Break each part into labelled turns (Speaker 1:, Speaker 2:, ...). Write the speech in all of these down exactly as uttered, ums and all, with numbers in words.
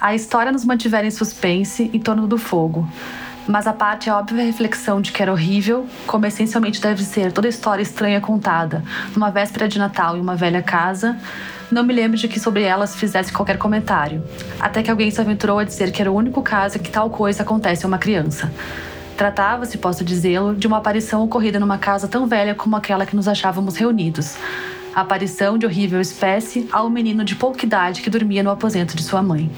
Speaker 1: A história nos mantivera em suspense em torno do fogo, mas a parte a óbvia reflexão de que era horrível, como essencialmente deve ser toda história estranha contada numa véspera de Natal em uma velha casa, não me lembro de que sobre elas fizesse qualquer comentário, até que alguém se aventurou a dizer que era o único caso em que tal coisa acontece a uma criança. Tratava-se, posso dizê-lo, de uma aparição ocorrida numa casa tão velha como aquela que nos achávamos reunidos. A aparição de horrível espécie a um menino de pouca idade que dormia no aposento de sua mãe.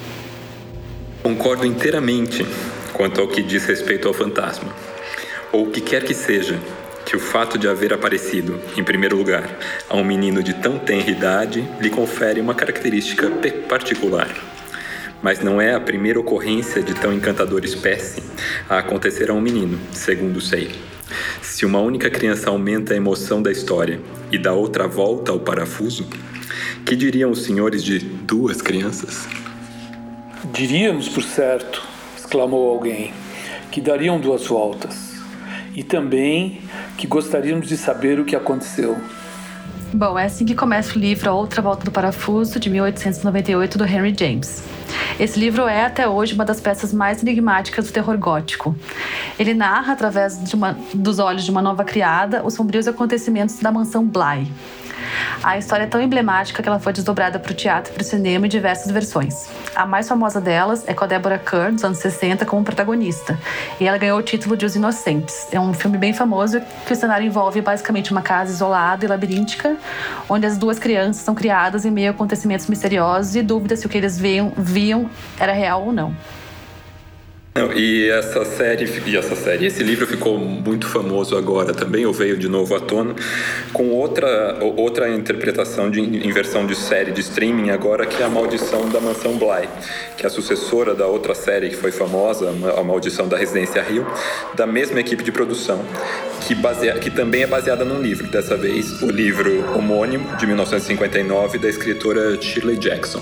Speaker 2: Concordo inteiramente quanto ao que diz respeito ao fantasma, ou o que quer que seja, que o fato de haver aparecido, em primeiro lugar, a um menino de tão tenra idade lhe confere uma característica particular. Mas não é a primeira ocorrência de tão encantadora espécie a acontecer a um menino, segundo sei. Se uma única criança aumenta a emoção da história e dá outra volta ao parafuso, que diriam os senhores de duas crianças?
Speaker 3: Diríamos, por certo, exclamou alguém, que dariam duas voltas. E também que gostaríamos de saber o que aconteceu.
Speaker 1: Bom, é assim que começa o livro A Outra Volta do Parafuso, de mil oitocentos e noventa e oito, do Henry James. Esse livro é, até hoje, uma das peças mais enigmáticas do terror gótico. Ele narra, através de uma, dos olhos de uma nova criada, os sombrios acontecimentos da mansão Bly. A história é tão emblemática que ela foi desdobrada para o teatro e para o cinema em diversas versões. A mais famosa delas é com a Deborah Kerr, dos anos sessenta, como protagonista. E ela ganhou o título de Os Inocentes. É um filme bem famoso que o cenário envolve basicamente uma casa isolada e labiríntica, onde as duas crianças são criadas em meio a acontecimentos misteriosos e dúvidas se o que eles viam, viam era real ou não.
Speaker 2: Não, e essa série, e essa série, esse livro ficou muito famoso agora também, ou veio de novo à tona, com outra, outra interpretação de, em versão de série de streaming agora, que é A Maldição da Mansão Bly, que é a sucessora da outra série que foi famosa, A Maldição da Residência Hill, da mesma equipe de produção, que, baseia, que também é baseada num livro, dessa vez o livro homônimo, de mil novecentos e cinquenta e nove, da escritora Shirley Jackson.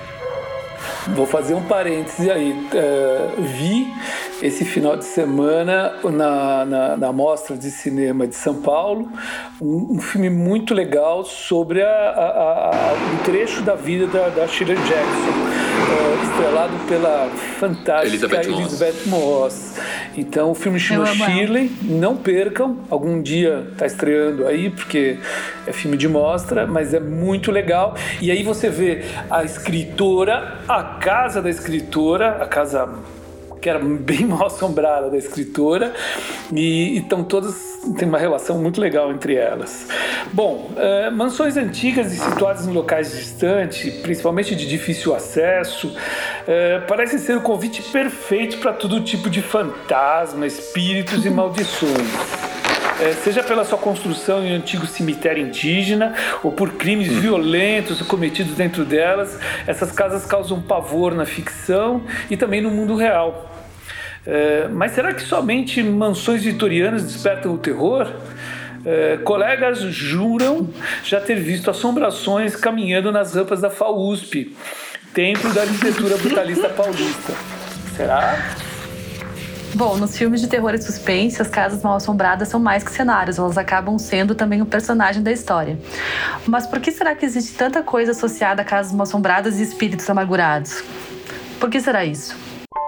Speaker 3: Vou fazer um parêntese aí. Uh, vi esse final de semana na, na, na Mostra de Cinema de São Paulo um, um filme muito legal sobre a, a, a, um trecho da vida da, da Shirley Jackson, uh, estrelado pela fantástica Elizabeth Moss. Elizabeth Moss. Então o filme chama Shirley, não percam, algum dia está estreando aí, porque é filme de mostra, mas é muito legal. E aí você vê a escritora, a casa da escritora, a casa que era bem mal assombrada da escritora, e estão todas, tem uma relação muito legal entre elas. Bom, uh, mansões antigas e situadas em locais distantes, principalmente de difícil acesso, uh, parecem ser o convite perfeito para todo tipo de fantasma, espíritos e maldições. É, seja pela sua construção em um antigo cemitério indígena ou por crimes hum. violentos cometidos dentro delas, essas casas causam pavor na ficção e também no mundo real. É, mas será que somente mansões vitorianas despertam o terror? É, colegas juram já ter visto assombrações caminhando nas rampas da F A U S P, templo da arquitetura brutalista paulista. Será?
Speaker 1: Bom, nos filmes de terror e suspense, as casas mal-assombradas são mais que cenários, elas acabam sendo também um personagem da história. Mas por que será que existe tanta coisa associada a casas mal-assombradas e espíritos amargurados? Por que será isso?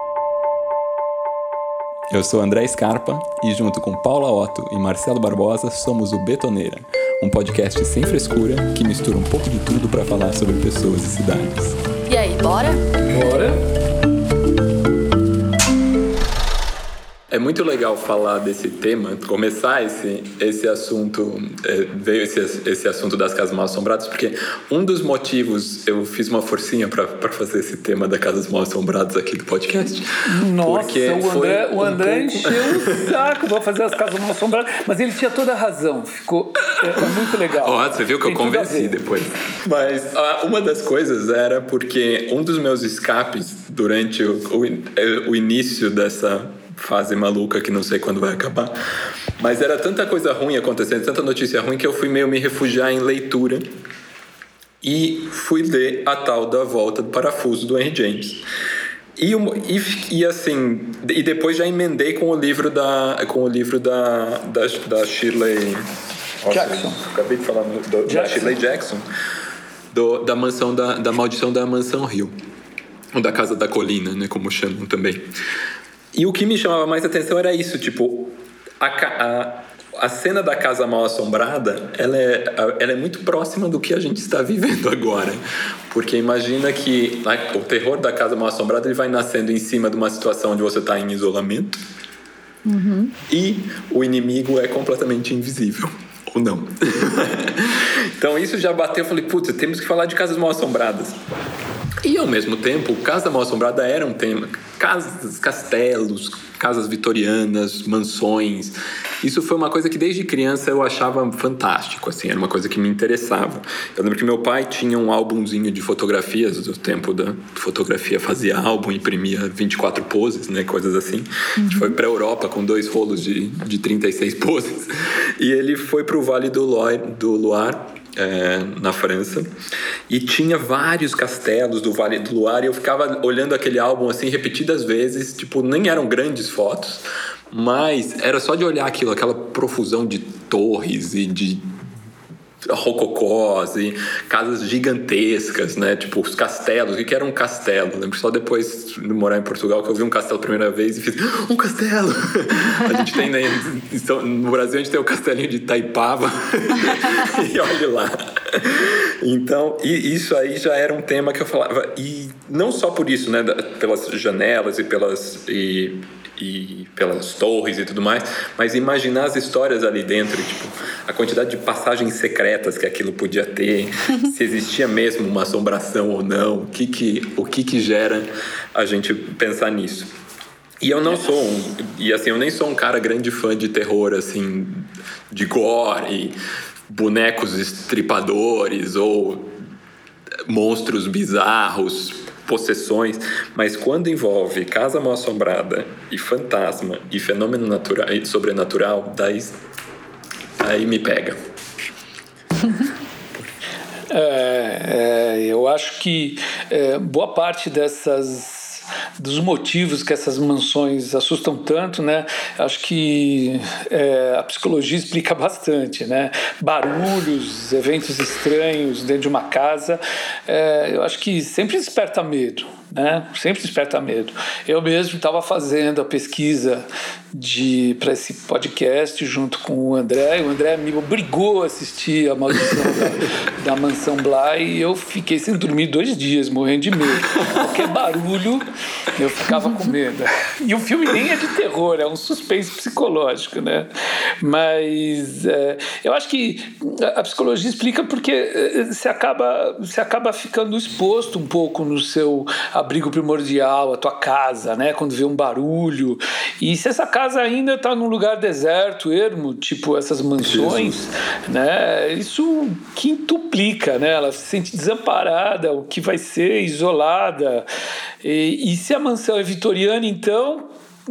Speaker 4: Eu sou André Scarpa e junto com Paula Otto e Marcelo Barbosa somos o Betoneira, um podcast sem frescura que mistura um pouco de tudo para falar sobre pessoas e cidades.
Speaker 1: E aí, bora?
Speaker 3: Bora!
Speaker 2: É muito legal falar desse tema, começar esse, esse assunto, é, veio esse, esse assunto das casas mal-assombradas, porque um dos motivos, eu fiz uma forcinha para fazer esse tema das casas mal-assombradas aqui do podcast.
Speaker 3: Nossa, porque o André, o André um pouco... encheu o saco para fazer as casas mal-assombradas, mas ele tinha toda a razão, ficou é, é muito legal.
Speaker 2: Oh, você viu que Tem eu convenci depois. Mas ah, uma das coisas era porque um dos meus escapes durante o, o, o início dessa fase maluca que não sei quando vai acabar, mas era tanta coisa ruim acontecendo, tanta notícia ruim, que eu fui meio me refugiar em leitura e fui ler a tal da Volta do Parafuso do Henry James e, e, e assim e depois já emendei com o livro da com o livro da, da, da Shirley
Speaker 3: Jackson.
Speaker 2: Nossa, acabei de falar do,
Speaker 3: Jackson.
Speaker 2: da Shirley Jackson, do, da mansão da, da Maldição da Mansão Hill. ou da Casa da Colina, né, como chamam também. E o que me chamava mais atenção era isso, tipo, a, a, a cena da Casa Mal Assombrada, ela é, ela é muito próxima do que a gente está vivendo agora. Porque imagina que o terror da Casa Mal Assombrada ele vai nascendo em cima de uma situação onde você está em isolamento, uhum. e o inimigo é completamente invisível. Ou não. Então isso já bateu, eu falei, putz, temos que falar de Casas Mal Assombradas. E ao mesmo tempo, Casa Mal Assombrada era um tema. Casas, castelos, casas vitorianas, mansões. Isso foi uma coisa que desde criança eu achava fantástico, assim, era uma coisa que me interessava. Eu lembro que meu pai tinha um álbumzinho de fotografias do tempo da fotografia, fazia álbum, imprimia vinte e quatro poses, né, coisas assim. Uhum. A gente foi pra Europa com dois rolos de, de trinta e seis poses. E ele foi pro Vale do Loire, do Loire, É, na França, e tinha vários castelos do Vale do Loire, e eu ficava olhando aquele álbum assim repetidas vezes, tipo, nem eram grandes fotos, mas era só de olhar aquilo, aquela profusão de torres e de rococós e casas gigantescas, né? Tipo, os castelos. O que era um castelo? Eu lembro só depois de morar em Portugal que eu vi um castelo a primeira vez e fiz, um castelo! A gente tem, né? No Brasil a gente tem o castelinho de Itaipava e olha lá. Então, e isso aí já era um tema que eu falava, e não só por isso, né? Pelas janelas e pelas... E, e pelas torres e tudo mais, mas imaginar as histórias ali dentro, tipo, a quantidade de passagens secretas que aquilo podia ter, se existia mesmo uma assombração ou não, o que que, o que que gera a gente pensar nisso. E eu não sou um, e assim, eu nem sou um cara grande fã de terror, assim, de gore e bonecos estripadores ou monstros bizarros, possessões, mas quando envolve Casa Mal Assombrada e fantasma e fenômeno natural e sobrenatural, daí aí me pega.
Speaker 3: É, é, eu acho que é, boa parte dessas dos motivos que essas mansões assustam tanto, né? Acho que é, a psicologia explica bastante, né? Barulhos, eventos estranhos dentro de uma casa, é, eu acho que sempre desperta medo, né? Sempre desperta medo. Eu mesmo estava fazendo a pesquisa de para esse podcast junto com o André. O André me obrigou a assistir a Maldição da, da Mansão Bly e eu fiquei sem dormir dois dias, morrendo de medo. Qualquer barulho eu ficava com medo. E o filme nem é de terror, é um suspense psicológico, né? Mas é, eu acho que a psicologia explica porque você acaba, você acaba ficando exposto um pouco no seu abrigo primordial, a tua casa, né? Quando vê um barulho. E se essa casa ainda está num lugar deserto, ermo, tipo essas mansões, Jesus. Né? Isso quintuplica, né? Ela se sente desamparada, o que vai ser isolada. E, e se a mansão é vitoriana, então...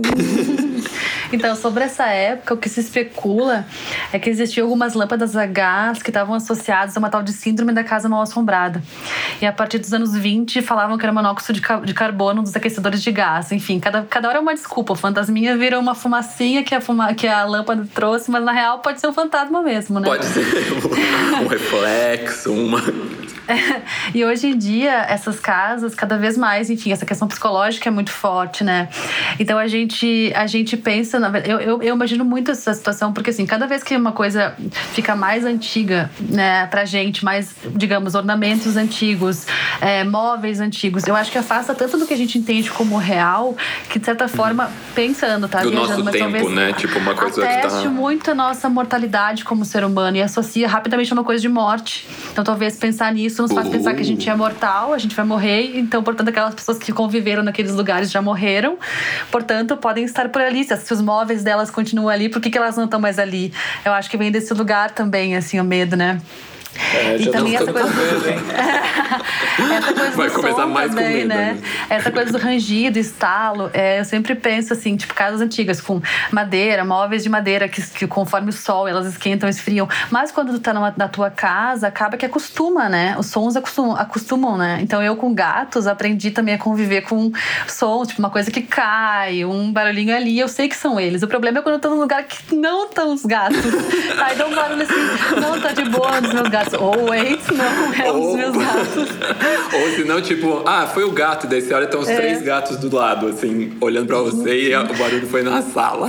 Speaker 1: Então, sobre essa época, o que se especula é que existiam algumas lâmpadas a gás que estavam associadas a uma tal de síndrome da casa mal assombrada. E a partir dos anos vinte, falavam que era monóxido de carbono dos aquecedores de gás. Enfim, cada, cada hora é uma desculpa. O fantasminha vira uma fumacinha que a, fuma, que a lâmpada trouxe, mas na real pode ser um fantasma mesmo, né?
Speaker 2: Pode ser um reflexo, uma...
Speaker 1: É, e hoje em dia, essas casas, cada vez mais, enfim, essa questão psicológica é muito forte, né? Então a gente, a gente pensa, na verdade, eu, eu, eu imagino muito essa situação, porque assim, cada vez que uma coisa fica mais antiga, né, pra gente, mais, digamos, ornamentos antigos, é, móveis antigos, eu acho que afasta tanto do que a gente entende como real, que de certa forma, pensando, tá?
Speaker 2: Do
Speaker 1: viajando,
Speaker 2: nosso
Speaker 1: mas
Speaker 2: tempo,
Speaker 1: talvez
Speaker 2: né? Tipo, uma coisa que tá...
Speaker 1: ateste muito a nossa mortalidade como ser humano e associa rapidamente a uma coisa de morte. Então talvez pensar nisso nos faz pensar que a gente é mortal, a gente vai morrer, então, portanto, aquelas pessoas que conviveram naqueles lugares já morreram, portanto, podem estar por ali. Se os móveis delas continuam ali, por que, que elas não estão mais ali? Eu acho que vem desse lugar também, assim, o medo, né?
Speaker 3: É, e também essa coisa,
Speaker 2: medo, hein?
Speaker 1: essa coisa
Speaker 2: vai
Speaker 1: do
Speaker 2: começar
Speaker 1: som
Speaker 2: mais
Speaker 1: também,
Speaker 2: com medo,
Speaker 1: né?
Speaker 2: né?
Speaker 1: Essa coisa do rangido, estalo, é, eu sempre penso assim, tipo casas antigas com madeira, móveis de madeira que, que conforme o sol elas esquentam, esfriam. Mas quando tu tá numa, na tua casa, acaba que acostuma, né? Os sons acostumam, acostumam, né? Então eu com gatos aprendi também a conviver com sons, tipo uma coisa que cai, um barulhinho ali, eu sei que são eles. O problema é quando eu tô num lugar que não estão os gatos. Aí dá um barulho assim, não tá de boa dos meus gatos. penso, ou wait, não, é um dos meus gatos.
Speaker 2: Ou se não, tipo, ah, foi o gato, daí você olha, estão os
Speaker 1: É.
Speaker 2: três gatos do lado, assim, olhando pra você e o barulho foi na sala.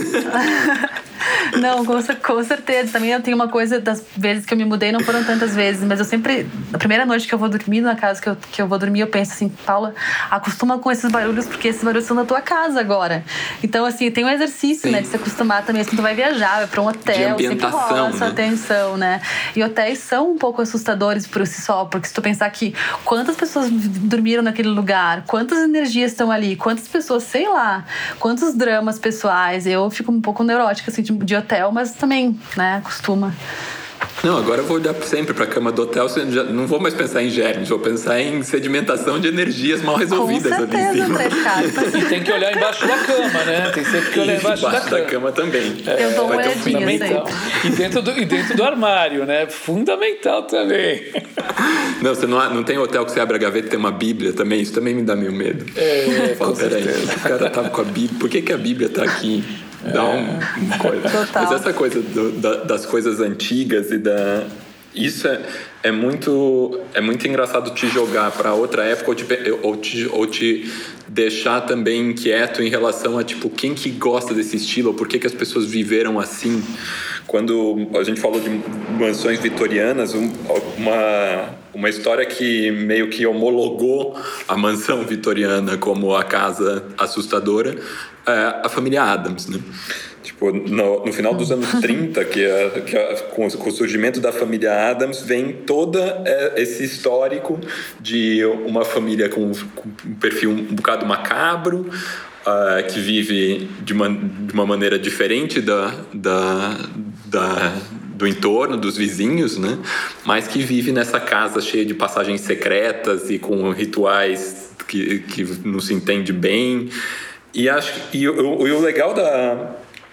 Speaker 1: Não, com, cer- com certeza. Também eu tenho uma coisa, das vezes que eu me mudei, não foram tantas vezes, mas eu sempre, na primeira noite que eu vou dormir, na casa que eu, que eu vou dormir, eu penso assim, Paula, acostuma com esses barulhos, porque esses barulhos são da tua casa agora. Então, assim, tem um exercício,
Speaker 2: Sim.
Speaker 1: né, de se acostumar também. Assim, tu vai viajar, vai pra um hotel,
Speaker 2: De
Speaker 1: sempre
Speaker 2: ambientação,
Speaker 1: rola essa
Speaker 2: né?
Speaker 1: atenção, né? E hotéis são um pouco assustadores por si só, porque se tu pensar que quantas pessoas dormiram naquele lugar, quantas energias estão ali, quantas pessoas, sei lá, quantos dramas pessoais. Eu fico um pouco neurótica, assim, de, de hotel, mas também, né, acostuma.
Speaker 2: Não, agora eu vou olhar sempre pra cama do hotel, já não vou mais pensar em germes, vou pensar em sedimentação de energias mal resolvidas
Speaker 1: Com
Speaker 2: ali em
Speaker 1: certeza,
Speaker 2: cima.
Speaker 1: Três Carpas.
Speaker 3: E tem que olhar embaixo da cama, né? Tem sempre que olhar
Speaker 2: E
Speaker 3: embaixo,
Speaker 2: embaixo
Speaker 3: da
Speaker 2: da
Speaker 3: cama.
Speaker 2: cama também.
Speaker 1: Eu dou uma
Speaker 2: Vai ter um
Speaker 1: olhadinha
Speaker 3: Fundamental.
Speaker 1: sempre.
Speaker 3: E dentro, do, e dentro do armário, né? Fundamental também.
Speaker 2: Não, você não, não tem hotel que você abre a gaveta e tem uma bíblia também? Isso também me dá meio medo.
Speaker 3: É,
Speaker 2: Eu falo,
Speaker 3: com
Speaker 2: peraí,
Speaker 3: certeza.
Speaker 2: o cara tava com a bíblia, por que, que a bíblia tá aqui? Dá um, uma coisa.
Speaker 1: Total.
Speaker 2: Mas essa coisa do, da, das coisas antigas e da... Isso é, é, muito, é muito engraçado te jogar para outra época ou te, ou, te, ou te deixar também inquieto em relação a tipo, quem que gosta desse estilo ou por que, que as pessoas viveram assim. Quando a gente falou de mansões vitorianas, um, uma, uma história que meio que homologou a mansão vitoriana como a casa assustadora é a família Addams, né? Tipo, no, no final dos anos trinta, que, é, que é, com, com o surgimento da família Addams, vem todo é, esse histórico de uma família com, com um perfil um bocado macabro, uh, que vive de uma, de uma maneira diferente da, da, da, do entorno, dos vizinhos, né? Mas que vive nessa casa cheia de passagens secretas e com rituais que, que não se entende bem. E, acho, e, o, e o legal da...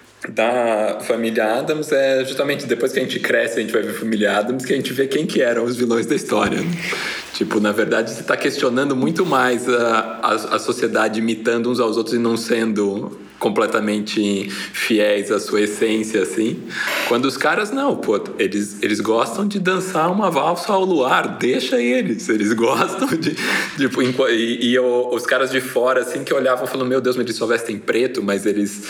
Speaker 2: da família Addams é justamente depois que a gente cresce, a gente vai ver a família Addams, que a gente vê quem que eram os vilões da história, né? Tipo, na verdade, você está questionando muito mais a, a, a sociedade imitando uns aos outros e não sendo completamente fiéis à sua essência, assim. Quando os caras, não, pô, eles, eles gostam de dançar uma valsa ao luar, deixa eles, eles gostam de... Tipo, e, e os caras de fora, assim, que olhavam falando, meu Deus, mas eles só vestem preto, mas eles...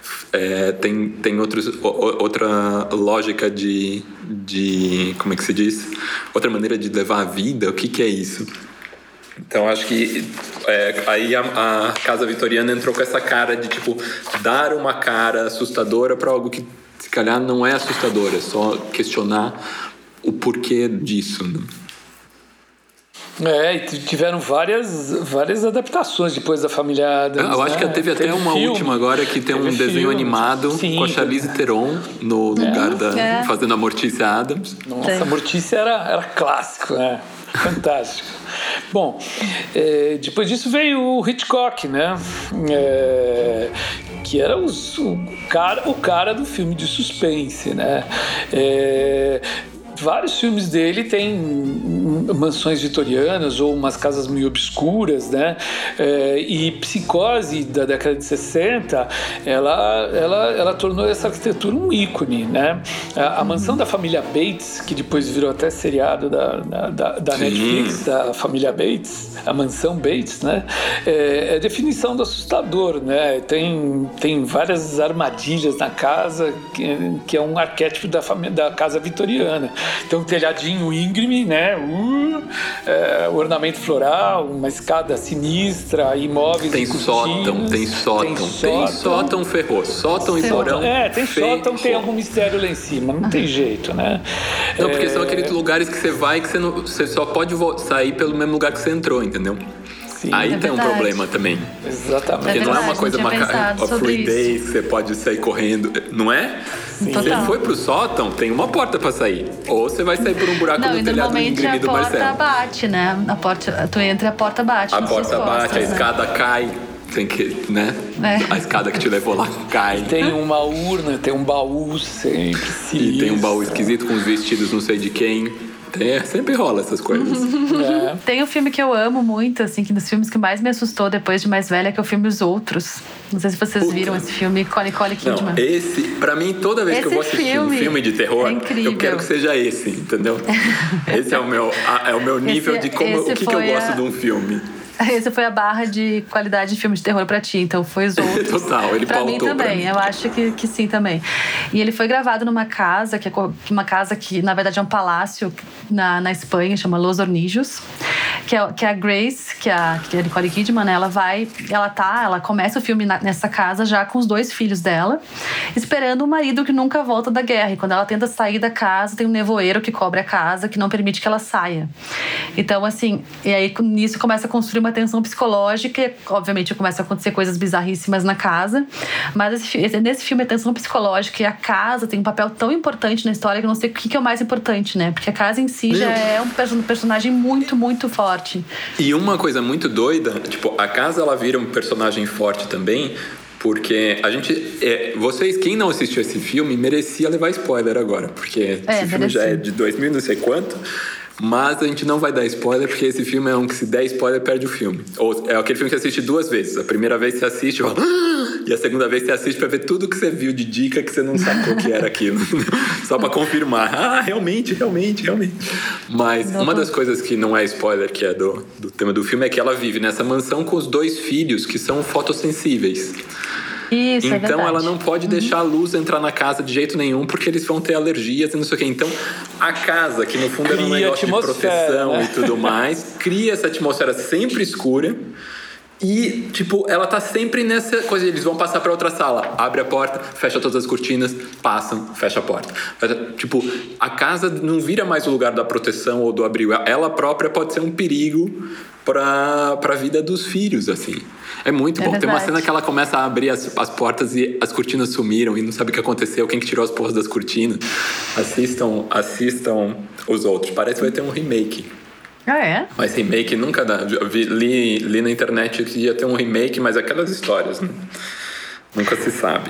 Speaker 2: É, tem tem outros, outra lógica de, de... Como é que se diz? Outra maneira de levar a vida. O que, que é isso? Então, acho que é, aí a, a Casa Vitoriana entrou com essa cara de, tipo, dar uma cara assustadora para algo que, se calhar, não é assustador. É só questionar o porquê disso, né?
Speaker 3: É, e tiveram várias, várias adaptações depois da família Addams.
Speaker 2: Eu acho
Speaker 3: né?
Speaker 2: que teve até
Speaker 3: teve
Speaker 2: uma
Speaker 3: filme,
Speaker 2: última agora que tem um desenho
Speaker 3: filme.
Speaker 2: animado
Speaker 3: Sim,
Speaker 2: com a Charlize Theron no lugar da...
Speaker 1: É.
Speaker 2: fazendo a Mortícia Addams.
Speaker 3: Nossa, a Mortícia era, era clássico, né? Fantástico. Bom, é, depois disso veio o Hitchcock, né? É, que era os, o, cara, o cara do filme de suspense, né? É, vários filmes dele têm mansões vitorianas ou umas casas meio obscuras, né? É, e Psicose, da década de sessenta, ela, ela, ela tornou essa arquitetura um ícone, né? A, a mansão da família Bates, que depois virou até seriado da, da, da, da Netflix, da família Bates, a mansão Bates, né? É, é definição do assustador, né? Tem, tem várias armadilhas na casa, que, que é um arquétipo da, família, da casa vitoriana. Então, um telhadinho íngreme, né? Uh, é, ornamento floral, uma escada sinistra, imóveis
Speaker 2: Tem
Speaker 3: e
Speaker 2: sótão, tem sótão, tem sótão, tem sótão, ferrou. Sótão e porão.
Speaker 3: É, tem
Speaker 2: ferrou.
Speaker 3: sótão, tem algum mistério lá em cima, não tem jeito, né?
Speaker 2: Não, porque
Speaker 3: é...
Speaker 2: são aqueles lugares que você vai que você, não, você só pode sair pelo mesmo lugar que você entrou, entendeu?
Speaker 3: Sim.
Speaker 2: Aí
Speaker 1: É
Speaker 2: tem um
Speaker 1: verdade.
Speaker 2: problema também.
Speaker 3: Exatamente.
Speaker 2: Porque
Speaker 1: É
Speaker 2: não é uma
Speaker 1: verdade,
Speaker 2: coisa
Speaker 1: não tinha
Speaker 2: maca-
Speaker 1: pensado
Speaker 2: of
Speaker 1: sobre
Speaker 2: free
Speaker 1: isso.
Speaker 2: days que você pode sair correndo, não é? Se
Speaker 1: Total.
Speaker 2: você foi pro sótão, tem uma porta pra sair. Ou você vai sair por um buraco
Speaker 1: Não,
Speaker 2: no
Speaker 1: e
Speaker 2: telhado
Speaker 1: normalmente
Speaker 2: íngreme
Speaker 1: a
Speaker 2: do
Speaker 1: porta
Speaker 2: Marcelo.
Speaker 1: bate, né? A porta, tu entra e a porta bate.
Speaker 2: A
Speaker 1: nas
Speaker 2: porta
Speaker 1: suas
Speaker 2: bate,
Speaker 1: costas,
Speaker 2: a
Speaker 1: né?
Speaker 2: escada cai. Tem que, né?
Speaker 1: É.
Speaker 2: A escada que te levou lá cai.
Speaker 3: Tem uma urna, tem um baú sempre
Speaker 2: E tem um baú
Speaker 3: sinistro.
Speaker 2: esquisito com os vestidos não sei de quem. Tem, sempre rola essas coisas.
Speaker 1: É. Tem um filme que eu amo muito, assim, que dos filmes que mais me assustou depois de mais velha, que é o filme Os Outros. Não sei se vocês Puta. viram esse filme com a Nicole Kidman.
Speaker 2: Não, esse, pra mim, toda vez esse que eu vou assistir filme um filme de terror, é eu quero que seja esse, entendeu? Esse é o meu, é o meu nível esse, de como, o que, que eu gosto a... de um filme.
Speaker 1: Essa foi a barra de qualidade de filme de terror pra ti, então foi Os Outros.
Speaker 2: Total, ele
Speaker 1: pra
Speaker 2: pautou
Speaker 1: mim também,
Speaker 2: pra mim.
Speaker 1: Eu acho que, que sim também. E ele foi gravado numa casa, que é uma casa que na verdade é um palácio na, na Espanha, chama Los Hornillos, que é, que é a Grace, que é a, que é a Nicole Kidman, né? Ela vai, ela tá, ela começa o filme na, nessa casa já com os dois filhos dela, esperando o marido que nunca volta da guerra. E quando ela tenta sair da casa, tem um nevoeiro que cobre a casa, que não permite que ela saia. Então, assim, e aí nisso começa a construir uma tensão psicológica e, obviamente, começa a acontecer coisas bizarríssimas na casa. Mas esse, nesse filme, a tensão psicológica e a casa tem um papel tão importante na história que eu não sei o que é o mais importante, né? Porque a casa em si já é um personagem muito, muito forte.
Speaker 2: E uma coisa muito doida, tipo, a casa ela vira um personagem forte também, porque a gente... É, vocês, quem não assistiu esse filme, merecia levar spoiler agora, porque é, esse filme já é de dois mil não sei quanto. Mas a gente não vai dar spoiler, porque esse filme é um que se der spoiler, perde o filme. Ou é aquele filme que você assiste duas vezes. A primeira vez você assiste e fala... Ah! E a segunda vez você assiste pra ver tudo que você viu de dica que você não sacou que era aquilo. Só pra confirmar. Ah, realmente, realmente, realmente. Mas uma das coisas que não é spoiler, que é do, do tema do filme, é que ela vive nessa mansão com os dois filhos que são fotossensíveis.
Speaker 1: Isso,
Speaker 2: então
Speaker 1: é
Speaker 2: ela não pode uhum. deixar a luz entrar na casa de jeito nenhum, porque eles vão ter alergias e não sei o quê. Então a casa, que no fundo cria era um negócio de proteção, né? E tudo mais, cria essa atmosfera sempre escura. E, tipo, ela tá sempre nessa coisa. Eles vão passar pra outra sala, abre a porta, fecha todas as cortinas, passam, fecha a porta. Tipo, a casa não vira mais o lugar da proteção ou do abrigo. Ela própria pode ser um perigo pra, pra vida dos filhos, assim. É muito é bom. Verdade. Tem uma cena que ela começa a abrir as, as portas e as cortinas sumiram e não sabe o que aconteceu, quem que tirou as porras das cortinas. Assistam, assistam Os Outros. Parece que vai ter um remake.
Speaker 1: Ah, é?
Speaker 2: Mas remake nunca dá. Vi, li, li na internet que ia ter um remake, mas aquelas histórias, né? Nunca se sabe.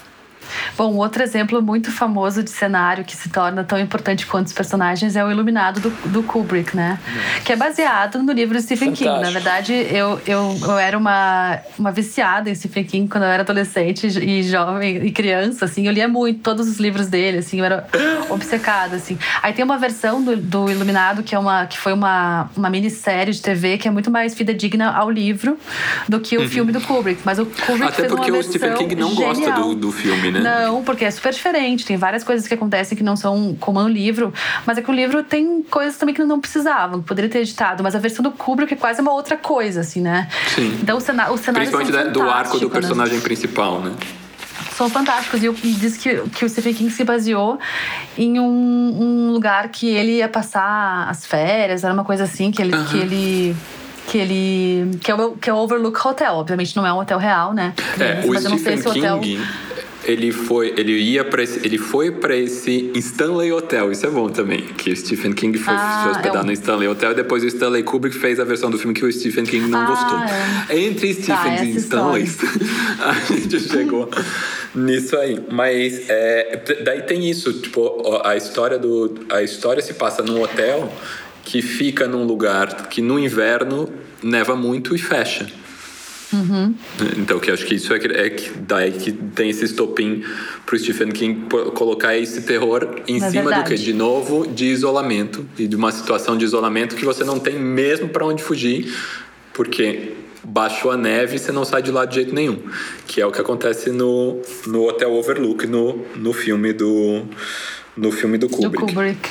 Speaker 1: Bom, outro exemplo muito famoso de cenário que se torna tão importante quanto os personagens é o Iluminado do, do Kubrick, né? Hum. Que é baseado no livro de Stephen Fantástico. King. Na verdade, eu, eu, eu era uma, uma viciada em Stephen King quando eu era adolescente e jovem e criança, assim. Eu lia muito, todos os livros dele, assim. Eu era obcecada, assim. Aí tem uma versão do, do Iluminado que, é uma, que foi uma, uma minissérie de T V que é muito mais fidedigna ao livro do que o uhum. filme do Kubrick. Mas o Kubrick
Speaker 2: Até
Speaker 1: fez
Speaker 2: porque
Speaker 1: uma
Speaker 2: o Stephen King não
Speaker 1: genial.
Speaker 2: gosta do, do filme, né?
Speaker 1: Não. Não, porque é super diferente. Tem várias coisas que acontecem que não são como no livro. Mas é que o livro tem coisas também que não precisavam, que poderia ter editado. Mas a versão do Kubrick é quase uma outra coisa, assim, né?
Speaker 2: Sim.
Speaker 1: Então, o cenário,
Speaker 2: principalmente do arco do personagem né? principal, né?
Speaker 1: São fantásticos. E eu disse que, que o Stephen King se baseou em um, um lugar que ele ia passar as férias. Era uma coisa assim, que ele... Uhum. Que ele Que ele. Que é, o, que é o Overlook Hotel. Obviamente não é um hotel real, né?
Speaker 2: É, mas o eu Stephen não sei King, hotel... ele foi. Ele ia pra esse. Ele foi pra esse Stanley Hotel. Isso é bom também. Que o Stephen King foi ah, se hospedar é um... no Stanley Hotel e depois o Stanley Kubrick fez a versão do filme que o Stephen King não ah, gostou. É. Entre Stephen tá, e Stanley, a gente chegou nisso aí. Mas é, daí tem isso. Tipo, a história do. A história se passa num hotel que fica num lugar que no inverno neva muito e fecha.
Speaker 1: Uhum.
Speaker 2: Então, que acho que isso é que, é que daí que tem esse estopim pro Stephen King colocar esse terror em é cima verdade. do que? De novo, de isolamento. E de uma situação de isolamento que você não tem mesmo para onde fugir, porque baixou a neve e você não sai de lá de jeito nenhum. Que é o que acontece no, no Hotel Overlook, no, no filme do no filme do Kubrick.
Speaker 1: Do Kubrick.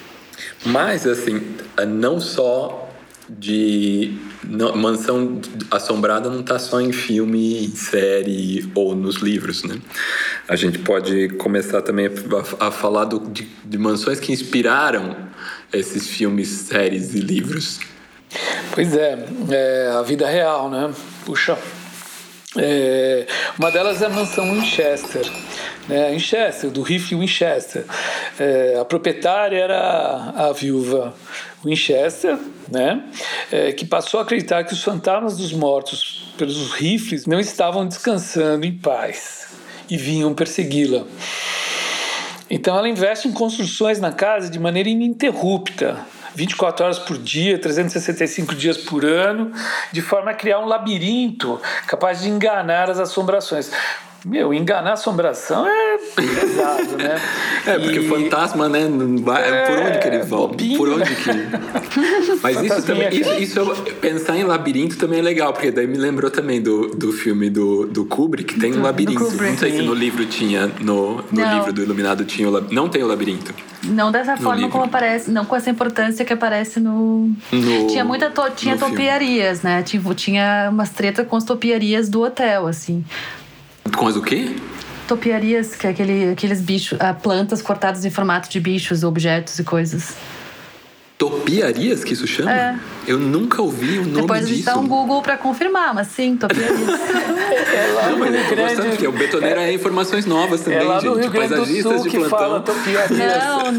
Speaker 2: Mas, assim, não só de... Não, Mansão Assombrada não está só em filme, em série ou nos livros, né? A gente pode começar também a, a falar do, de, de mansões que inspiraram esses filmes, séries e livros.
Speaker 3: Pois é, é a vida real, né? Puxa... É, uma delas é a mansão Winchester, né? Winchester, do rifle Winchester. É, a proprietária era a, a viúva Winchester, né? É, que passou a acreditar que os fantasmas dos mortos pelos rifles não estavam descansando em paz e vinham persegui-la. Então ela investe em construções na casa de maneira ininterrupta, vinte e quatro horas por dia, trezentos e sessenta e cinco dias por ano, de forma a criar um labirinto capaz de enganar as assombrações. Meu, enganar a assombração é pesado, né?
Speaker 2: É, porque o fantasma, né? É, por onde que ele volta?
Speaker 3: Bobinho.
Speaker 2: Por onde que... Mas isso também... Isso, isso, pensar em labirinto também é legal, porque daí me lembrou também do, do filme do, do Kubrick, que tem um labirinto. Não sei se no livro tinha, no, no livro do Iluminado tinha o labirinto. Não tem o labirinto.
Speaker 1: Não dessa forma livro. Como aparece, não com essa importância que aparece no... no tinha muita to, tinha topiarias, filme. Né? Tinha, tinha umas tretas com as topiarias do hotel, assim.
Speaker 2: Com as o quê?
Speaker 1: Topiarias, que é aquele, aqueles bichos, plantas cortadas em formato de bichos, objetos e coisas.
Speaker 2: Topiarias que isso chama? É. Eu nunca ouvi o nome
Speaker 1: Depois
Speaker 2: disso.
Speaker 1: Depois dá um Google pra confirmar, mas sim, topiarias.
Speaker 3: É lá
Speaker 2: não, mas
Speaker 3: no
Speaker 2: eu tô
Speaker 3: Grande...
Speaker 2: gostando, porque o Betoneira é informações novas também,
Speaker 3: é lá
Speaker 2: gente.
Speaker 3: No Rio Grande do
Speaker 2: Paisagistas
Speaker 3: Sul
Speaker 2: de plantão.
Speaker 3: Que fala topiarias.
Speaker 1: Não,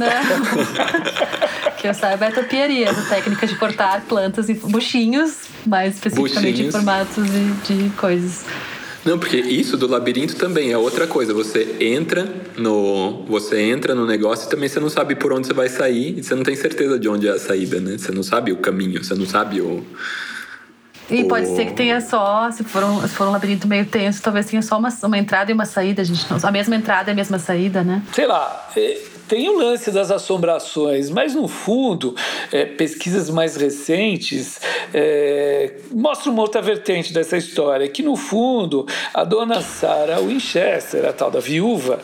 Speaker 1: não. Que eu saiba é topiaria, a técnica de cortar plantas em buchinhos, mais especificamente buchinhos. Em formatos de, de coisas.
Speaker 2: Não, porque isso do labirinto também é outra coisa. Você entra no, você entra no negócio e também você não sabe por onde você vai sair. E você não tem certeza de onde é a saída, né? Você não sabe o caminho, você não sabe o...
Speaker 1: E
Speaker 2: o...
Speaker 1: pode ser que tenha só, se for um, se for um labirinto meio tenso, talvez tenha só uma, uma entrada e uma saída. A gente não, a mesma entrada e a mesma saída, né?
Speaker 3: Sei lá... É... Tem o lance das assombrações, mas no fundo, é, pesquisas mais recentes é, mostram uma outra vertente dessa história, que no fundo a dona Sarah Winchester, a tal da viúva,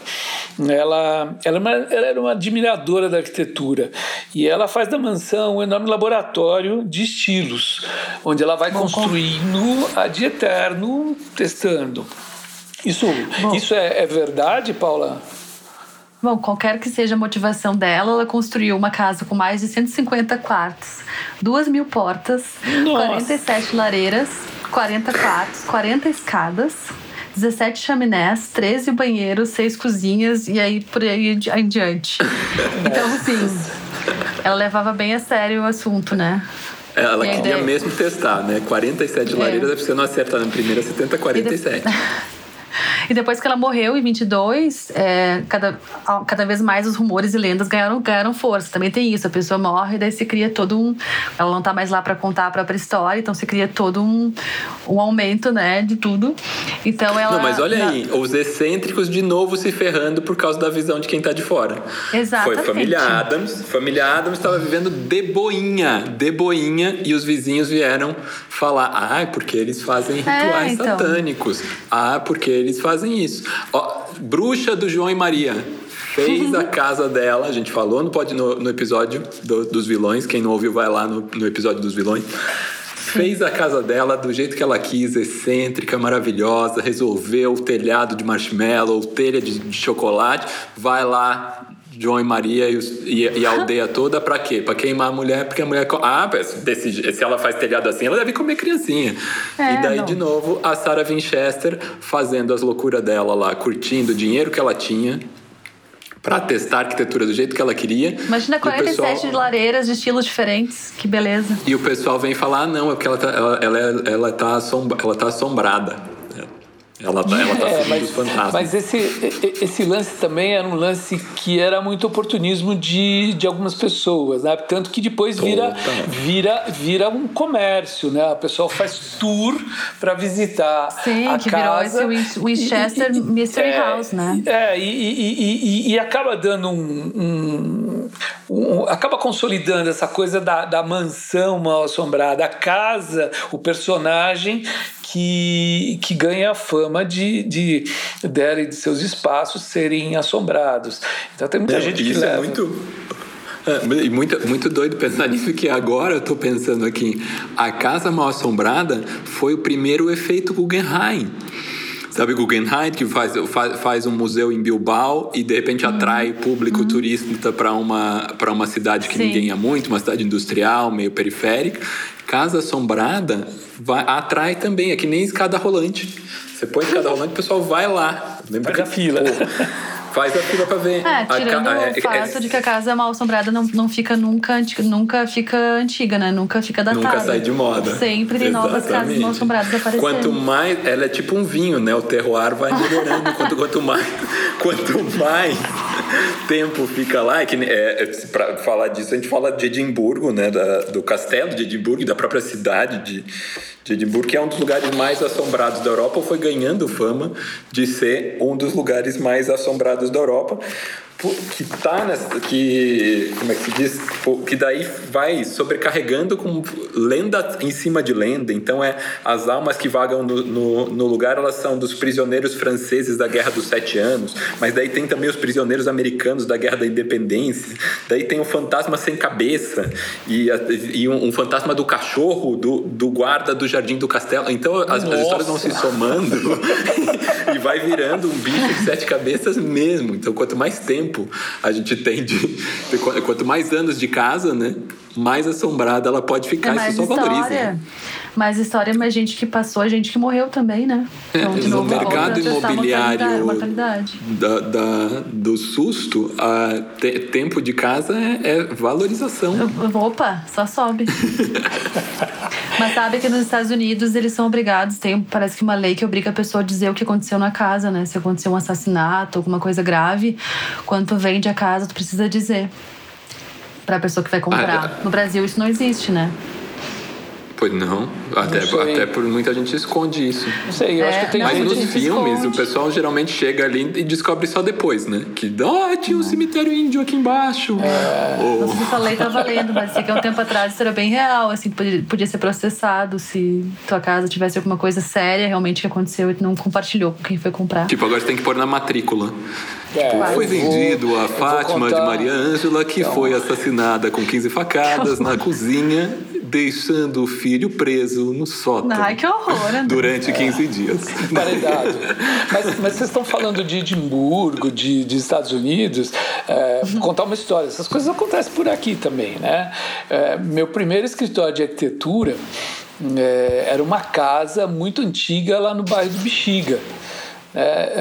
Speaker 3: ela, ela, uma, ela era uma admiradora da arquitetura e ela faz da mansão um enorme laboratório de estilos, onde ela vai Bom, construindo ad eterno, testando. Isso, isso é, é verdade, Paula?
Speaker 1: Bom, qualquer que seja a motivação dela, ela construiu uma casa com mais de cento e cinquenta quartos, duas mil portas, Nossa. quarenta e sete lareiras, quarenta quartos, quarenta escadas, dezessete chaminés, treze banheiros, seis cozinhas e aí por aí em diante. Então, assim, ela levava bem a sério o assunto, né?
Speaker 2: Ela queria ideia... mesmo testar, né? quarenta e sete é. lareiras, se você não acertar na primeira, você tenta quarenta e sete.
Speaker 1: E depois que ela morreu, em vinte e dois, é, cada, cada vez mais os rumores e lendas ganharam, ganharam força. Também tem isso, a pessoa morre e daí se cria todo um... Ela não tá mais lá para contar a própria história, então se cria todo um, um aumento, né, de tudo. Então ela...
Speaker 2: Não, mas olha na... aí, os excêntricos de novo se ferrando por causa da visão de quem tá de fora.
Speaker 1: Exatamente.
Speaker 2: Foi família Adams, família Adams estava vivendo de boinha, de boinha, e os vizinhos vieram falar, ah, porque eles fazem rituais é, então. satânicos, ah, porque eles fazem isso. Ó, bruxa do João e Maria fez a casa dela, a gente falou no, no, no episódio do, dos vilões, quem não ouviu vai lá no, no episódio dos vilões. Fez a casa dela do jeito que ela quis, excêntrica, maravilhosa, resolveu o telhado de marshmallow, telha de, de chocolate, vai lá João e Maria e, os, e, e a aldeia toda pra quê? Pra queimar a mulher, porque a mulher... Ah, desse, se ela faz telhado assim, ela deve comer criancinha. É, e daí, não. de novo, a Sarah Winchester fazendo as loucuras dela lá, curtindo o dinheiro que ela tinha pra testar a arquitetura do jeito que ela queria.
Speaker 1: Imagina quarenta e sete pessoal... lareiras de estilos diferentes, que beleza.
Speaker 2: E o pessoal vem falar, ah, não, é porque ela tá, ela, ela, ela tá, assombra, ela tá assombrada. Ela tá, ela tá é, mas, fantasmas.
Speaker 3: Mas esse, esse lance também era um lance que era muito oportunismo de, de algumas pessoas, né? Tanto que depois vira, vira, vira um comércio, né? A pessoa faz tour para visitar
Speaker 1: Sim,
Speaker 3: a
Speaker 1: que
Speaker 3: casa.
Speaker 1: virou esse Winchester e, e, Mystery é, House, né?
Speaker 3: É, e, e, e, e acaba dando um, um, um... Acaba consolidando essa coisa da, da mansão mal assombrada. A casa, o personagem... Que, que ganha a fama de, de dela e de seus espaços serem assombrados. Então tem muita
Speaker 2: é,
Speaker 3: gente que
Speaker 2: isso
Speaker 3: leva.
Speaker 2: É muito, é, muito, muito doido pensar nisso, que agora eu estou pensando aqui, a Casa Mal Assombrada foi o primeiro efeito Guggenheim. Sabe, Guggenheim, que faz, faz, faz um museu em Bilbao e de repente atrai uhum. público uhum. turista para uma, para uma cidade que Sim. ninguém ia muito, uma cidade industrial, meio periférica. Casa Assombrada vai, atrai também, é que nem escada rolante. Você põe escada rolante, o pessoal vai lá.
Speaker 3: Lembra que a fila. Pô,
Speaker 2: faz a fila pra ver.
Speaker 1: É, tirando a, o fato é, de que a casa mal assombrada não, não fica nunca, nunca fica antiga, né? Nunca fica datada.
Speaker 2: Nunca sai de moda.
Speaker 1: Sempre tem Exatamente. novas casas mal assombradas aparecendo.
Speaker 2: Quanto mais, ela é tipo um vinho, né? O terroir vai melhorando. quanto, quanto mais, quanto mais tempo fica lá, é que, é, para falar disso, a gente fala de Edimburgo, né, da, do castelo de Edimburgo e da própria cidade de, de Edimburgo, que é um dos lugares mais assombrados da Europa, ou foi ganhando fama de ser um dos lugares mais assombrados da Europa, que tá nessa, que como é que se diz, que daí vai sobrecarregando com lenda em cima de lenda. Então é as almas que vagam no, no, no lugar, elas são dos prisioneiros franceses da Guerra dos Sete Anos, mas daí tem também os prisioneiros americanos da Guerra da Independência, daí tem o fantasma sem cabeça e, e um, um fantasma do cachorro do, do guarda do Jardim do Castelo. Então as, as histórias vão se somando e vai virando um bicho de sete cabeças mesmo. Então quanto mais tempo a gente tem de, de quanto mais anos de casa, né, mais assombrada ela pode ficar.
Speaker 1: É,
Speaker 2: isso só
Speaker 1: história,
Speaker 2: valoriza.
Speaker 1: Mais história, mais gente que passou, gente que morreu também, né? Então,
Speaker 2: é,
Speaker 1: de novo,
Speaker 2: o mercado imobiliário
Speaker 1: mortalidade.
Speaker 2: Da, da, do susto, a te, tempo de casa é, é valorização.
Speaker 1: Opa, só sobe. Mas sabe que nos Estados Unidos eles são obrigados, tem parece que uma lei que obriga a pessoa a dizer o que aconteceu na casa, né? Se aconteceu um assassinato, alguma coisa grave, quando tu vende a casa, tu precisa dizer pra pessoa que vai comprar. Ah, no Brasil isso não existe, né?
Speaker 2: Pois não, até,
Speaker 3: não
Speaker 2: até por muita gente esconde isso.
Speaker 3: Não sei, eu é, acho que tem
Speaker 2: Mas
Speaker 3: gente
Speaker 2: nos filmes,
Speaker 1: esconde.
Speaker 2: O pessoal geralmente chega ali e descobre só depois, né? Que, ó, oh, tinha um cemitério índio aqui embaixo.
Speaker 3: É.
Speaker 2: Oh.
Speaker 1: Não sei se essa lei tá valendo, mas sei que há um tempo atrás isso era bem real, assim, podia, podia ser processado se tua casa tivesse alguma coisa séria realmente que aconteceu e tu não compartilhou com quem foi comprar.
Speaker 2: Tipo, agora você tem que pôr na matrícula.
Speaker 3: É,
Speaker 2: tipo, foi vendido
Speaker 3: vou,
Speaker 2: a Fátima de Maria Ângela, que então. foi assassinada com quinze facadas na cozinha, deixando o filho preso no sótão.
Speaker 1: Ai, que horror, né?
Speaker 2: Durante quinze dias.
Speaker 3: Verdade. Mas, mas vocês estão falando de Edimburgo, de, de Estados Unidos. É, vou contar uma história. Essas coisas acontecem por aqui também, né? É, meu primeiro escritório de arquitetura é, era uma casa muito antiga lá no bairro do Bexiga. É,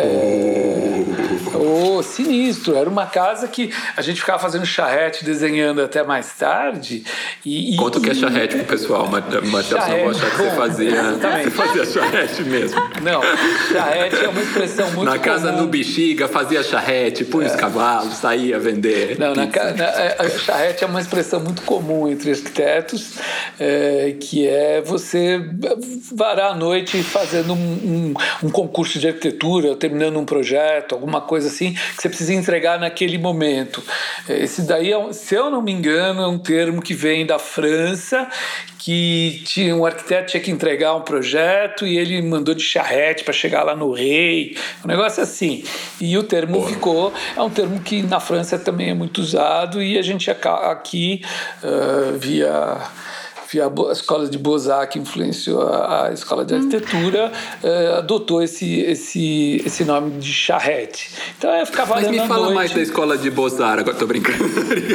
Speaker 3: é, oh, sinistro. Era uma casa que a gente ficava fazendo charrete, desenhando até mais tarde. E,
Speaker 2: Conta o que é charrete pro pessoal, Marcelo, não vou achar que você fazia, você fazia charrete mesmo.
Speaker 3: Não, charrete é uma expressão muito
Speaker 2: Na casa
Speaker 3: comum.
Speaker 2: no Bexiga fazia charrete, punha é. os cavalos, saía a vender.
Speaker 3: Não, na, na, a charrete é uma expressão muito comum entre arquitetos, é, que é você varar a noite fazendo um, um, um concurso de arquitetura, terminando um projeto, alguma coisa assim, que você precisa entregar naquele momento. Esse daí, é, se eu não me engano, é um termo que vem da França, que tinha, um arquiteto tinha que entregar um projeto e ele mandou de charrete para chegar lá no rei, um negócio assim. E o termo Boa. ficou, é um termo que na França também é muito usado e a gente aqui, uh, via... a escola de Beaux-Arts, que influenciou a escola de arquitetura, hum. uh, adotou esse, esse, esse nome de charrete. Então eu ficava
Speaker 2: Mas me fala
Speaker 3: noite.
Speaker 2: mais da escola de Beaux-Arts, agora tô brincando.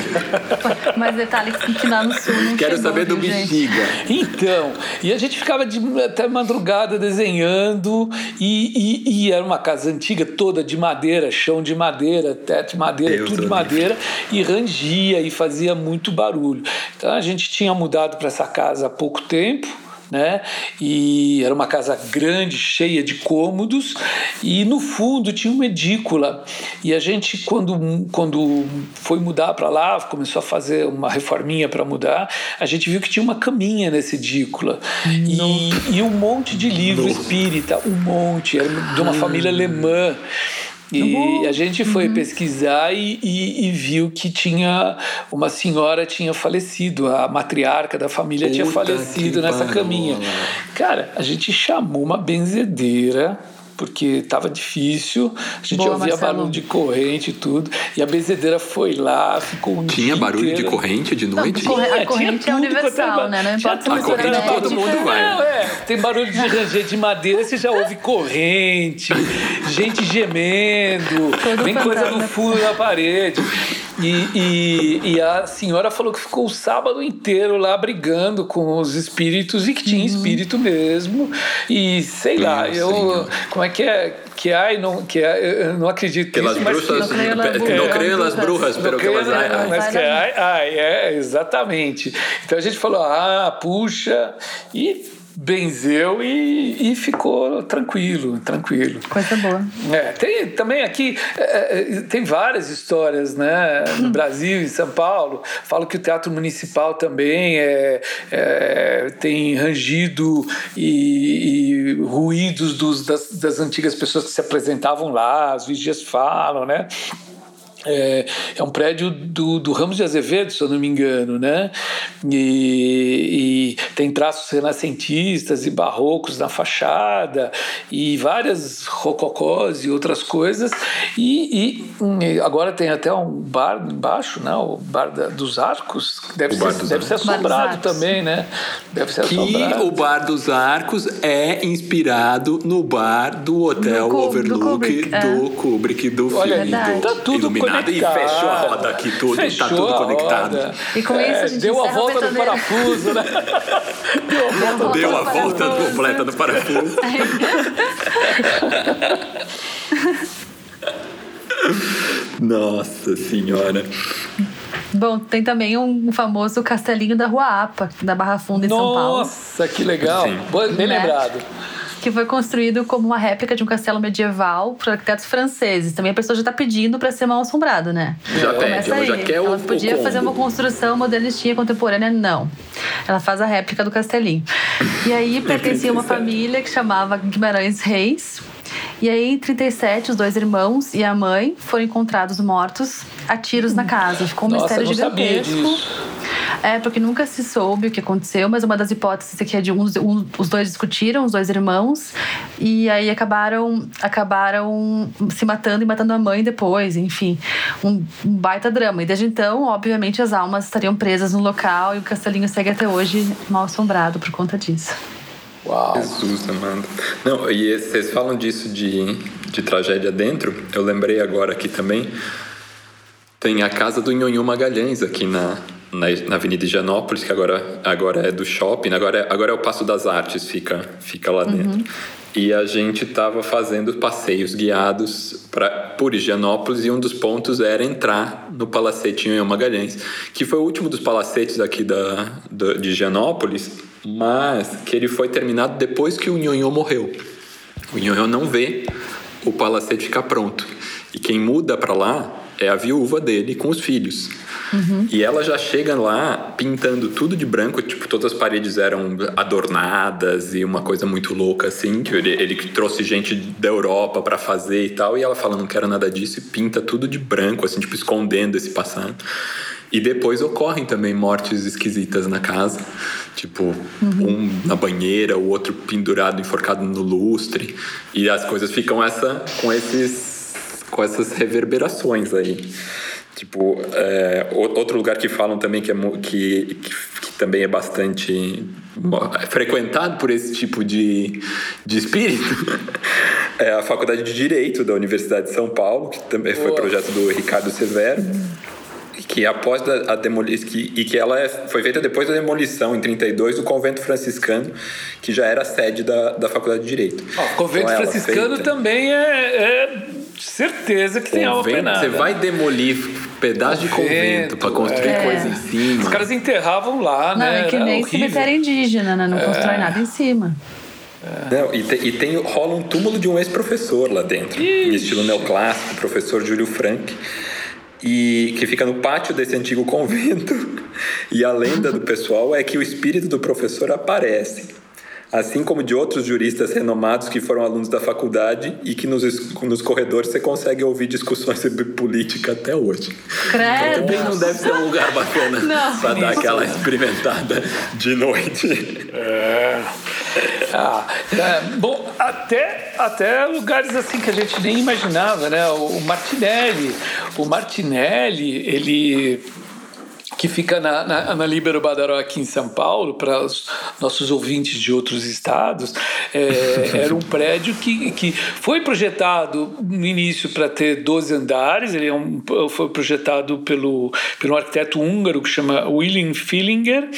Speaker 1: Mas detalhe que lá no sul não
Speaker 2: Quero
Speaker 1: chegou,
Speaker 2: saber do
Speaker 1: viu,
Speaker 2: Bexiga.
Speaker 3: Então, e a gente ficava de, até madrugada desenhando e, e, e era uma casa antiga, toda de madeira, chão de madeira, teto de madeira, Deus tudo de madeira, e rangia e fazia muito barulho. Então a gente tinha mudado para essa casa há pouco tempo, né? E era uma casa grande, cheia de cômodos, e no fundo tinha uma edícula. E a gente, quando, quando foi mudar para lá, começou a fazer uma reforminha para mudar, a gente viu que tinha uma caminha nessa edícula e, e um monte de livro Nossa. espírita, um monte, era de uma família alemã. E a gente foi uhum. pesquisar e, e, e viu que tinha uma senhora tinha falecido, a matriarca da família Puta tinha falecido nessa parola. caminha. Cara, a gente chamou uma benzedeira, porque estava difícil, a gente Boa, ouvia Marcelo. barulho de corrente e tudo, e a benzedeira foi lá, ficou um
Speaker 2: Tinha
Speaker 3: dia
Speaker 2: barulho
Speaker 3: inteiro.
Speaker 2: de corrente de noite?
Speaker 1: Não, a corrente é universal, né? Não importa se
Speaker 2: a corrente todo mundo vai.
Speaker 3: Não, é, tem barulho de ranger de madeira, você já ouve corrente, gente gemendo, Todo vem coisa no fundo da parede. E, e, e a senhora falou que ficou o sábado inteiro lá brigando com os espíritos e que tinha uhum. espírito mesmo. E sei lá, Meu eu. Senhor. Como é que é? Que ai, não, que ai, eu não acredito
Speaker 2: que
Speaker 3: nisso,
Speaker 2: las bruxas, não creio nas bruxas, pero que elas ai, ai.
Speaker 3: Mas que ai, ai, é, exatamente. Então a gente falou, ah, puxa, e benzeu e, e ficou tranquilo, tranquilo.
Speaker 1: Coisa boa.
Speaker 3: É, tem também aqui, é, tem várias histórias, né, no Brasil, em São Paulo. Falo que o Teatro Municipal também é, é, tem rangido e, e ruídos dos, das, das antigas pessoas que se apresentavam lá, os vigias falam, né? É, é um prédio do, do Ramos de Azevedo, se eu não me engano, né? E, e tem traços renascentistas e barrocos na fachada e várias rococós e outras coisas. E, e agora tem até um bar embaixo, né? O Bar da, dos Arcos, deve, ser,
Speaker 2: dos
Speaker 3: deve ser assombrado também, né? Deve ser
Speaker 4: que
Speaker 3: assombrado.
Speaker 4: O Bar dos Arcos é inspirado no bar do Hotel
Speaker 1: do
Speaker 4: Overlook
Speaker 1: do Kubrick,
Speaker 4: do
Speaker 1: é.
Speaker 4: Kubrick, do
Speaker 3: Olha
Speaker 4: filme
Speaker 3: aí,
Speaker 4: do
Speaker 3: tá tudo
Speaker 4: Iluminado.
Speaker 3: conectado.
Speaker 4: E fechou a roda aqui, tudo,
Speaker 3: Fechou
Speaker 4: tá tudo conectado.
Speaker 3: roda.
Speaker 1: E com isso a gente
Speaker 3: deu a
Speaker 1: encerra o
Speaker 3: volta do
Speaker 1: Betoneira.
Speaker 3: parafuso, né? Deu a volta
Speaker 4: Deu a
Speaker 1: parafuso.
Speaker 4: volta completa do parafuso. Nossa Senhora.
Speaker 1: Bom, tem também um famoso castelinho da Rua Apa, da Barra Funda em São Paulo.
Speaker 3: Nossa, que legal.
Speaker 2: Sim.
Speaker 3: Boa, bem
Speaker 1: Né?
Speaker 3: lembrado.
Speaker 1: Que foi construído como uma réplica de um castelo medieval por arquitetos franceses. Também a pessoa já está pedindo para ser mal assombrado, né?
Speaker 2: Já pede,
Speaker 1: Começa
Speaker 2: ela
Speaker 1: aí.
Speaker 2: já quer o,
Speaker 1: ela
Speaker 2: o
Speaker 1: podia
Speaker 2: combo.
Speaker 1: fazer uma construção modernistinha contemporânea, não. Ela faz a réplica do castelinho. E aí pertencia a uma família que chamava Guimarães Reis. E aí, em trinta e sete, os dois irmãos e a mãe foram encontrados mortos a tiros na casa. Ficou um
Speaker 3: Nossa,
Speaker 1: mistério
Speaker 3: não sabia
Speaker 1: gigantesco.
Speaker 3: disso.
Speaker 1: É, porque nunca se soube o que aconteceu, mas uma das hipóteses é que é de um, um, os dois discutiram, os dois irmãos, e aí acabaram, acabaram se matando e matando a mãe depois, enfim, um, um baita drama. E desde então, obviamente, as almas estariam presas no local e o castelinho segue até hoje mal assombrado por conta disso.
Speaker 3: Uau.
Speaker 2: Jesus, amado. Não, e vocês falam disso de, de tragédia dentro, eu lembrei agora aqui também, tem a casa do Nhonhô Magalhães aqui na, na, na Avenida Higienópolis, que agora, agora é do shopping, agora é, agora é o Paço das Artes, fica, fica lá dentro. Uhum. E a gente estava fazendo passeios guiados pra, por Higienópolis, e um dos pontos era entrar no Palacete Nhonhô Magalhães, que foi o último dos palacetes aqui da, da, de Higienópolis, mas que ele foi terminado depois que o Nhonhô morreu. O Nhonhô não vê o palacete ficar pronto. E quem muda para lá é a viúva dele com os filhos. Uhum. E ela já chega lá pintando tudo de branco, tipo, todas as paredes eram adornadas e uma coisa muito louca, assim, que ele, ele trouxe gente da Europa para fazer e tal, e ela fala, não quero nada disso, e pinta tudo de branco, assim, tipo, escondendo esse passado. E depois ocorrem também mortes esquisitas na casa, tipo, uhum. um na banheira, o outro pendurado, enforcado no lustre, e as coisas ficam essa, com, esses, com essas reverberações aí. Tipo, é, outro lugar que falam também que, é, que, que, que também é bastante frequentado por esse tipo de, de espírito é a Faculdade de Direito da Universidade de São Paulo, que também foi projeto do Ricardo Severo, que após a, a demolição, e que ela é, foi feita depois da demolição, em trinta e dois, do convento franciscano, que já era a sede da, da Faculdade de Direito.
Speaker 3: O oh, convento então, franciscano feita... também é, é certeza que tem alma penada.
Speaker 2: Você vai demolir pedaço de convento para construir é. coisa em cima.
Speaker 3: Os caras enterravam lá,
Speaker 1: não,
Speaker 3: né?
Speaker 1: É que
Speaker 3: era
Speaker 1: nem
Speaker 3: horrível.
Speaker 1: Cemitério indígena, né? Não é. constrói nada em cima.
Speaker 2: É. Não, e, te, e tem, rola um túmulo de um ex-professor lá dentro, Ixi. em estilo neoclássico, o professor Júlio Frank, e que fica no pátio desse antigo convento. E a lenda do pessoal é que o espírito do professor aparece, assim como de outros juristas renomados que foram alunos da faculdade e que nos, nos corredores você consegue ouvir discussões sobre política até hoje.
Speaker 1: Credo.
Speaker 2: Então, também não deve ser um lugar bacana para dar aquela experimentada de noite.
Speaker 3: É. Ah, é, bom, até, até lugares assim que a gente nem imaginava, né? O, o Martinelli, o Martinelli, ele... que fica na, na, na Líbero Badaró aqui em São Paulo, para os nossos ouvintes de outros estados, é, era um prédio que, que foi projetado no início para ter doze andares. Ele é um, foi projetado pelo, pelo arquiteto húngaro que chama William Fillinger,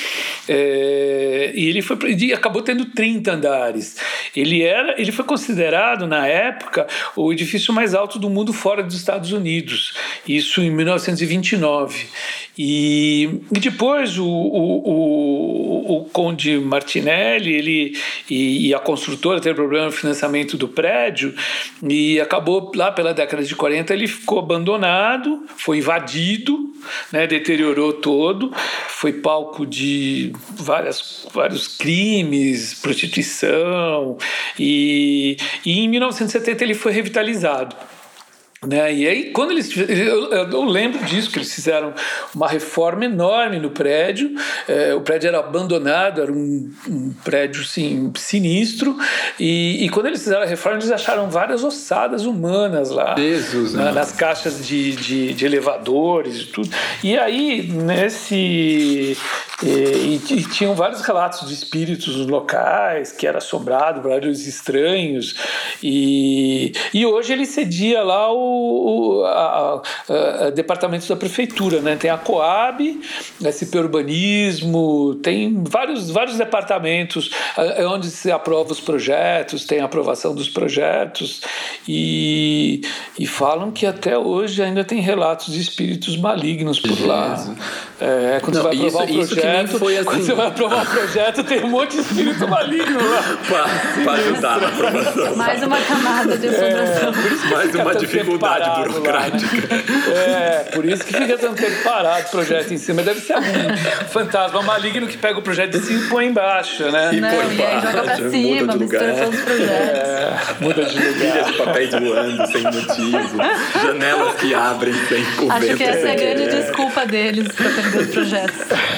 Speaker 3: é, e ele foi, e acabou tendo trinta andares. Ele, era, ele foi considerado, na época, o edifício mais alto do mundo fora dos Estados Unidos, isso em mil novecentos e vinte e nove. E, e depois o, o, o, o Conde Martinelli ele, e, e a construtora teve problema no financiamento do prédio e acabou lá pela década de quarenta, ele ficou abandonado, foi invadido, né, deteriorou todo, foi palco de várias, vários crimes, prostituição, e, e em mil novecentos e setenta ele foi revitalizado. Né? E aí, quando eles eu, eu lembro disso, que eles fizeram uma reforma enorme no prédio. É, o prédio era abandonado, era um, um prédio assim, sinistro. E, e quando eles fizeram a reforma, eles acharam várias ossadas humanas lá,
Speaker 2: Jesus,
Speaker 3: na, nas caixas de, de, de elevadores e tudo. E aí, nesse. E, e, e tinham vários relatos de espíritos nos locais, que era assombrado, vários estranhos. E, e hoje ele cedia lá o O, a, a, a departamentos da prefeitura, né? Tem a Coab, S P Urbanismo, tem vários, vários departamentos onde se aprova os projetos, tem a aprovação dos projetos e, e falam que até hoje ainda tem relatos de espíritos malignos por lá. É, quando, Não, você vai aprovar isso, um projeto, foi assim. quando você vai aprovar um projeto, tem um monte de espírito maligno lá.
Speaker 2: Para ajudar na aprovação.
Speaker 1: Mais uma camada de assombração.
Speaker 2: É, mais uma dificuldade burocrática.
Speaker 3: Lá, né? É, por isso que fica tanto tempo parado o projeto em cima. Deve ser algum fantasma maligno que pega o projeto de cima e põe embaixo, né?
Speaker 2: E
Speaker 1: Não,
Speaker 2: põe
Speaker 1: e
Speaker 2: embaixo,
Speaker 1: aí joga pra cima, mistura todos os projetos.
Speaker 3: É, muda de lugar.
Speaker 2: Pilhas de papéis voando sem motivo, janelas que abrem sem o
Speaker 1: Acho
Speaker 2: vento.
Speaker 1: que essa é a grande
Speaker 2: é.
Speaker 1: desculpa deles pra perder os projetos.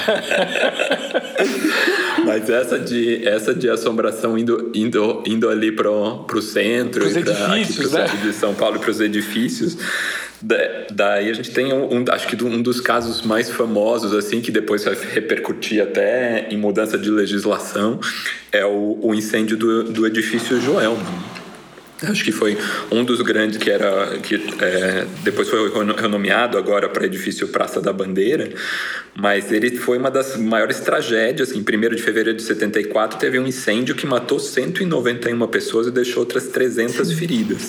Speaker 2: Mas essa de, essa de assombração indo, indo, indo ali pro, pro centro,
Speaker 3: pros
Speaker 2: e pra,
Speaker 3: edifícios,
Speaker 2: aqui pro
Speaker 3: né?
Speaker 2: centro de São Paulo e pros edifícios. Da, daí a gente tem um, um, acho que um dos casos mais famosos, assim, que depois vai repercutir até em mudança de legislação, é o, o incêndio do, do edifício Joelma. Acho que foi um dos grandes que era que é, depois foi renomeado agora para edifício Praça da Bandeira, mas ele foi uma das maiores tragédias. Em primeiro de fevereiro de setenta e quatro teve um incêndio que matou cento e noventa e uma pessoas e deixou outras trezentas feridas.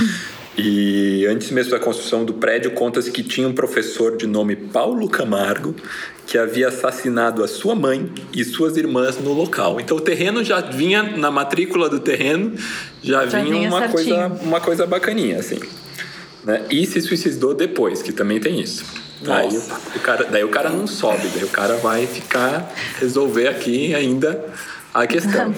Speaker 2: E antes mesmo da construção do prédio, conta-se que tinha um professor de nome Paulo Camargo que havia assassinado a sua mãe e suas irmãs no local. Então o terreno já vinha, na matrícula do terreno, já, já vinha, vinha uma, coisa, uma coisa bacaninha, assim. Né? E se suicidou depois, que também tem isso. Aí o, o cara, daí o cara não sobe, daí o cara vai ficar, resolver aqui ainda a questão.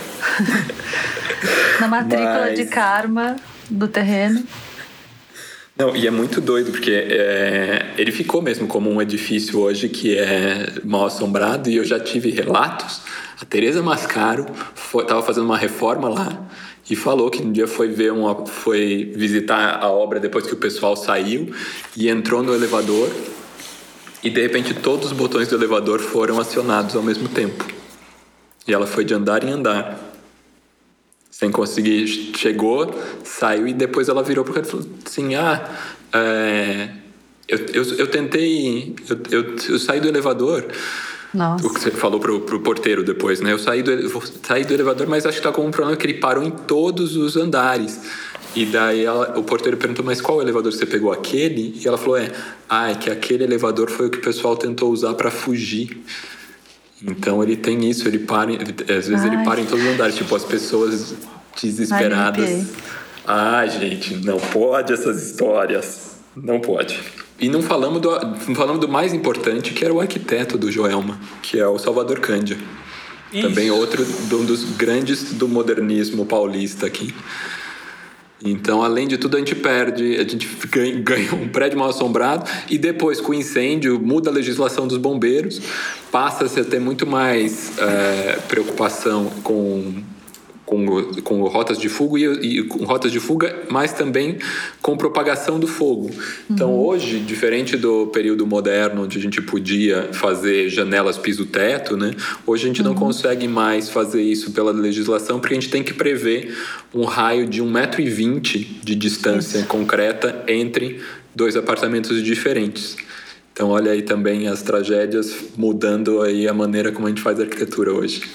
Speaker 1: Na matrícula Mas... de karma do terreno.
Speaker 2: Não, e é muito doido, porque é, ele ficou mesmo como um edifício hoje que é mal assombrado, e eu já tive relatos. A Teresa Mascaro estava fazendo uma reforma lá e falou que um dia foi ver uma, foi visitar a obra depois que o pessoal saiu e entrou no elevador e de repente todos os botões do elevador foram acionados ao mesmo tempo. E ela foi de andar em andar. Sem conseguir, chegou, saiu e depois ela virou pro cara e falou assim, ah, é, eu, eu, eu tentei, eu, eu, eu saí do elevador.
Speaker 1: Nossa.
Speaker 2: O que você falou pro, pro porteiro depois, né? Eu saí do, saí do elevador, mas acho que tá com um problema que ele parou em todos os andares. E daí ela, o porteiro perguntou, mas qual elevador você pegou? Aquele? E ela falou, é, ah, é que aquele elevador foi o que o pessoal tentou usar para fugir. Então ele tem isso, ele para, ele, às vezes Ai. ele para em todos os andares, tipo, as pessoas desesperadas. Ai, gente, não pode essas histórias, não pode. E não falamos do, não falamos do mais importante, que era o arquiteto do Joelma, que é o Salvador Cândia. Isso. Também outro um dos grandes do modernismo paulista aqui. Então, além de tudo, a gente perde, a gente ganha, ganha um prédio mal assombrado e depois, com o incêndio, muda a legislação dos bombeiros, passa-se a ter muito mais é, preocupação com, com, com rotas de fuga e, e com rotas de fuga, mas também com propagação do fogo. Então, uhum. hoje, diferente do período moderno, onde a gente podia fazer janelas piso-teto, né? Hoje a gente uhum. não consegue mais fazer isso pela legislação, porque a gente tem que prever um raio de um metro e vinte de distância Isso. concreta entre dois apartamentos diferentes. Então, olha aí também as tragédias mudando aí a maneira como a gente faz arquitetura hoje.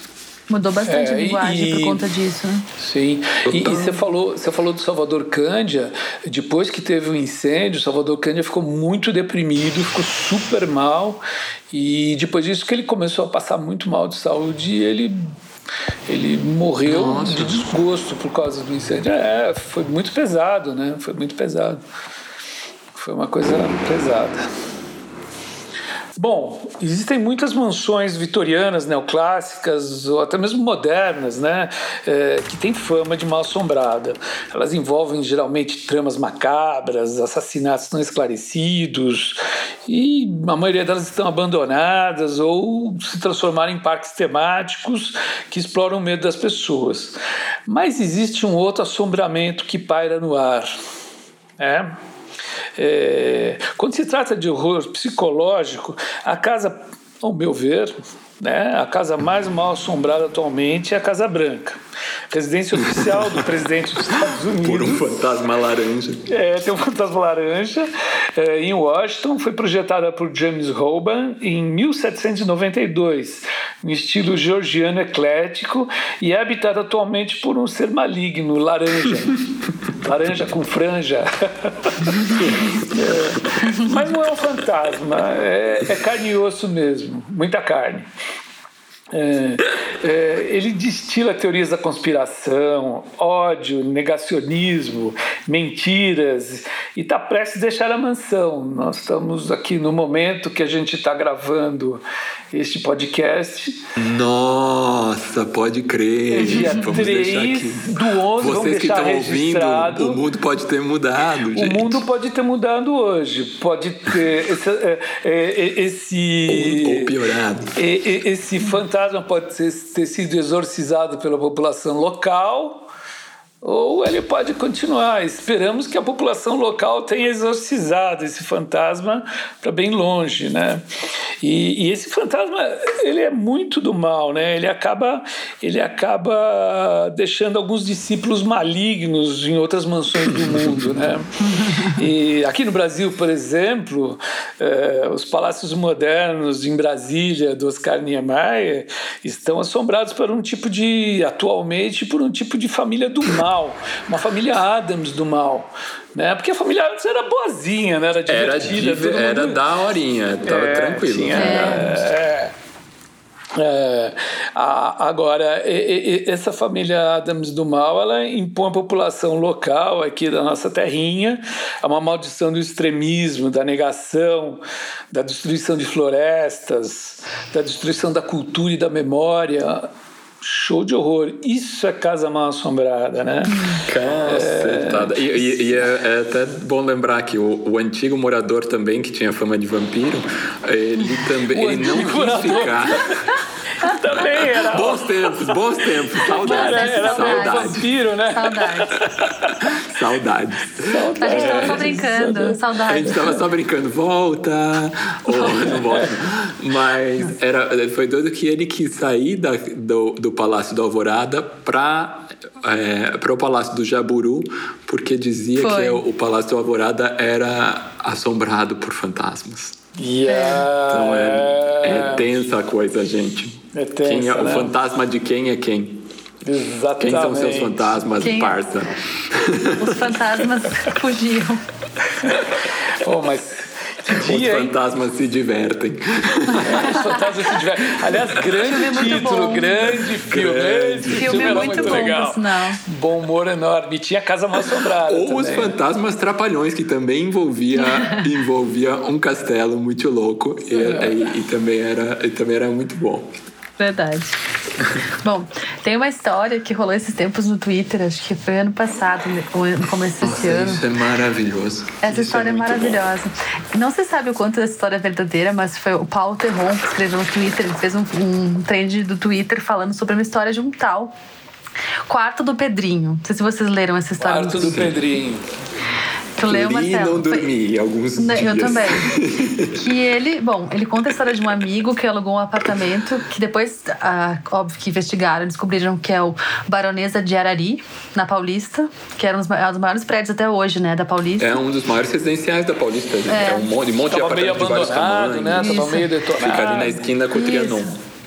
Speaker 1: Mudou bastante
Speaker 3: É,
Speaker 1: a linguagem
Speaker 3: e-
Speaker 1: por conta disso, né?
Speaker 3: Sim, e, e você falou, você falou do Salvador Cândia. Depois que teve o incêndio, o Salvador Cândia ficou muito deprimido, ficou super mal, e depois disso que ele começou a passar muito mal de saúde, e ele, ele morreu
Speaker 2: Nossa.
Speaker 3: de desgosto por causa do incêndio. É, foi muito pesado, né? Foi muito pesado. Foi uma coisa pesada. Bom, existem muitas mansões vitorianas, neoclássicas ou até mesmo modernas, né, é, que têm fama de mal assombrada. Elas envolvem geralmente tramas macabras, assassinatos não esclarecidos, e a maioria delas estão abandonadas ou se transformaram em parques temáticos que exploram o medo das pessoas. Mas existe um outro assombramento que paira no ar, né? É, quando se trata de horror psicológico, a casa, ao meu ver, né, a casa mais mal assombrada atualmente é a Casa Branca, residência oficial do presidente dos Estados Unidos.
Speaker 2: Por um fantasma laranja.
Speaker 3: É, tem um fantasma laranja é, em Washington. Foi projetada por James Hoban em mil setecentos e noventa e dois, em estilo georgiano eclético, e é habitada atualmente por um ser maligno, laranja. Laranja com franja. É, mas não é um fantasma, é, é carne e osso mesmo, muita carne. É, é, ele destila teorias da conspiração, ódio, negacionismo, mentiras, e está prestes a deixar a mansão. Nós estamos aqui no momento que a gente está gravando este podcast.
Speaker 2: Nossa, pode crer.
Speaker 3: É dia
Speaker 2: Vamos deixar
Speaker 3: três
Speaker 2: aqui.
Speaker 3: do onze, vamos
Speaker 2: Vocês que
Speaker 3: deixar
Speaker 2: estão ouvindo,
Speaker 3: registrado.
Speaker 2: o mundo pode ter mudado, gente.
Speaker 3: O mundo pode ter mudado hoje, pode ter esse, é, é, esse
Speaker 2: Ou, ou piorado.
Speaker 3: E- e- Esse fantasma pode ter, ter sido exorcizado pela população local, ou ele pode continuar. Esperamos que a população local tenha exorcizado esse fantasma para bem longe, né? E, e esse fantasma, ele é muito do mal, né? Ele acaba, ele acaba deixando alguns discípulos malignos em outras mansões do mundo, né? E aqui no Brasil, por exemplo, eh, os palácios modernos em Brasília do Oscar Niemeyer estão assombrados por um tipo de, atualmente, por um tipo de família do mal. Uma família Adams do mal, né? Porque a família Adams era boazinha, né? Era
Speaker 2: Era,
Speaker 3: divertida,
Speaker 2: div-
Speaker 3: todo
Speaker 2: era
Speaker 3: mundo...
Speaker 2: daorinha, tava
Speaker 3: É,
Speaker 2: tranquilo.
Speaker 3: tinha-
Speaker 2: né?
Speaker 3: é, é, a- agora, e- e- essa família Adams do mal, ela impõe a população local aqui da nossa terrinha a uma maldição do extremismo, da negação, da destruição de florestas, da destruição da cultura e da memória. Show de horror. Isso é casa mal assombrada, né?
Speaker 2: Cacetada. E, e, e é, é até bom lembrar que o, o antigo morador também, que tinha fama de vampiro, ele também
Speaker 3: O
Speaker 2: ele não
Speaker 3: antigo
Speaker 2: quis
Speaker 3: morador.
Speaker 2: ficar.
Speaker 3: Também era.
Speaker 2: Bons tempos, bons tempos. Saudades.
Speaker 3: Era, era meio
Speaker 2: Saudades.
Speaker 3: vampiro, né?
Speaker 1: Saudades.
Speaker 2: Saudades.
Speaker 1: A gente tava só brincando.
Speaker 2: A
Speaker 1: Saudades.
Speaker 2: gente tava só brincando, volta, ou não volta. Mas era, foi doido que ele quis sair da, do, do Palácio da Alvorada para é, o Palácio do Jaburu, porque dizia
Speaker 1: Foi.
Speaker 2: que o, o Palácio da Alvorada era assombrado por fantasmas.
Speaker 3: Yeah.
Speaker 2: Então é, é tensa a coisa, gente.
Speaker 3: É tensa,
Speaker 2: Quem é,
Speaker 3: né?
Speaker 2: O fantasma de quem é quem?
Speaker 3: Exatamente.
Speaker 2: Quem são seus fantasmas,
Speaker 1: Quem-
Speaker 2: parça?
Speaker 1: Os fantasmas fugiam.
Speaker 3: Pô, mas que
Speaker 2: Os
Speaker 3: dia, hein?
Speaker 2: fantasmas se divertem.
Speaker 3: Os fantasmas se divertem. Aliás, grande
Speaker 1: Filme é muito
Speaker 3: título,
Speaker 1: bom.
Speaker 3: grande filme.
Speaker 2: Grande.
Speaker 3: Esse
Speaker 1: Filme é
Speaker 3: era
Speaker 1: muito bom,
Speaker 3: legal.
Speaker 1: por sinal.
Speaker 3: Bom humor enorme. E tinha Casa Mal Assombrada
Speaker 2: Ou os
Speaker 3: também.
Speaker 2: fantasmas trapalhões, que também envolvia, envolvia um castelo muito louco. E, e- e também era, e também era muito bom.
Speaker 1: Verdade. Bom, tem uma história que rolou esses tempos no Twitter, acho que foi ano passado, no começo desse
Speaker 2: Nossa,
Speaker 1: ano.
Speaker 2: isso é maravilhoso.
Speaker 1: Essa
Speaker 2: Isso
Speaker 1: história é,
Speaker 2: muito
Speaker 1: maravilhosa. Não se sabe o quanto essa história é verdadeira, mas foi o Paulo Terron que escreveu no Twitter. Ele fez um, um trend do Twitter falando sobre uma história de um tal Quarto do Pedrinho. Não sei se vocês leram essa história.
Speaker 3: Quarto do Pedrinho.
Speaker 1: Tu leu,
Speaker 2: Li e
Speaker 1: Marcelo?
Speaker 2: não
Speaker 1: Foi-
Speaker 2: dormi alguns
Speaker 1: Né,
Speaker 2: dias.
Speaker 1: Eu também. Que ele, bom, ele conta a história de um amigo que alugou um apartamento que depois, ah, óbvio que investigaram, descobriram que é o Baronesa de Arari, na Paulista, que era um dos, ma- é um dos maiores prédios até hoje, né, da Paulista.
Speaker 2: É um dos maiores residenciais da Paulista. É, um monte, um monte de
Speaker 3: Tava meio
Speaker 2: apartamentos de vários
Speaker 3: abandonado,
Speaker 2: tamanhos.
Speaker 3: né? Tava
Speaker 1: Isso.
Speaker 3: meio detonado.
Speaker 2: Fica ali na esquina com o
Speaker 1: Isso.
Speaker 2: Trianon.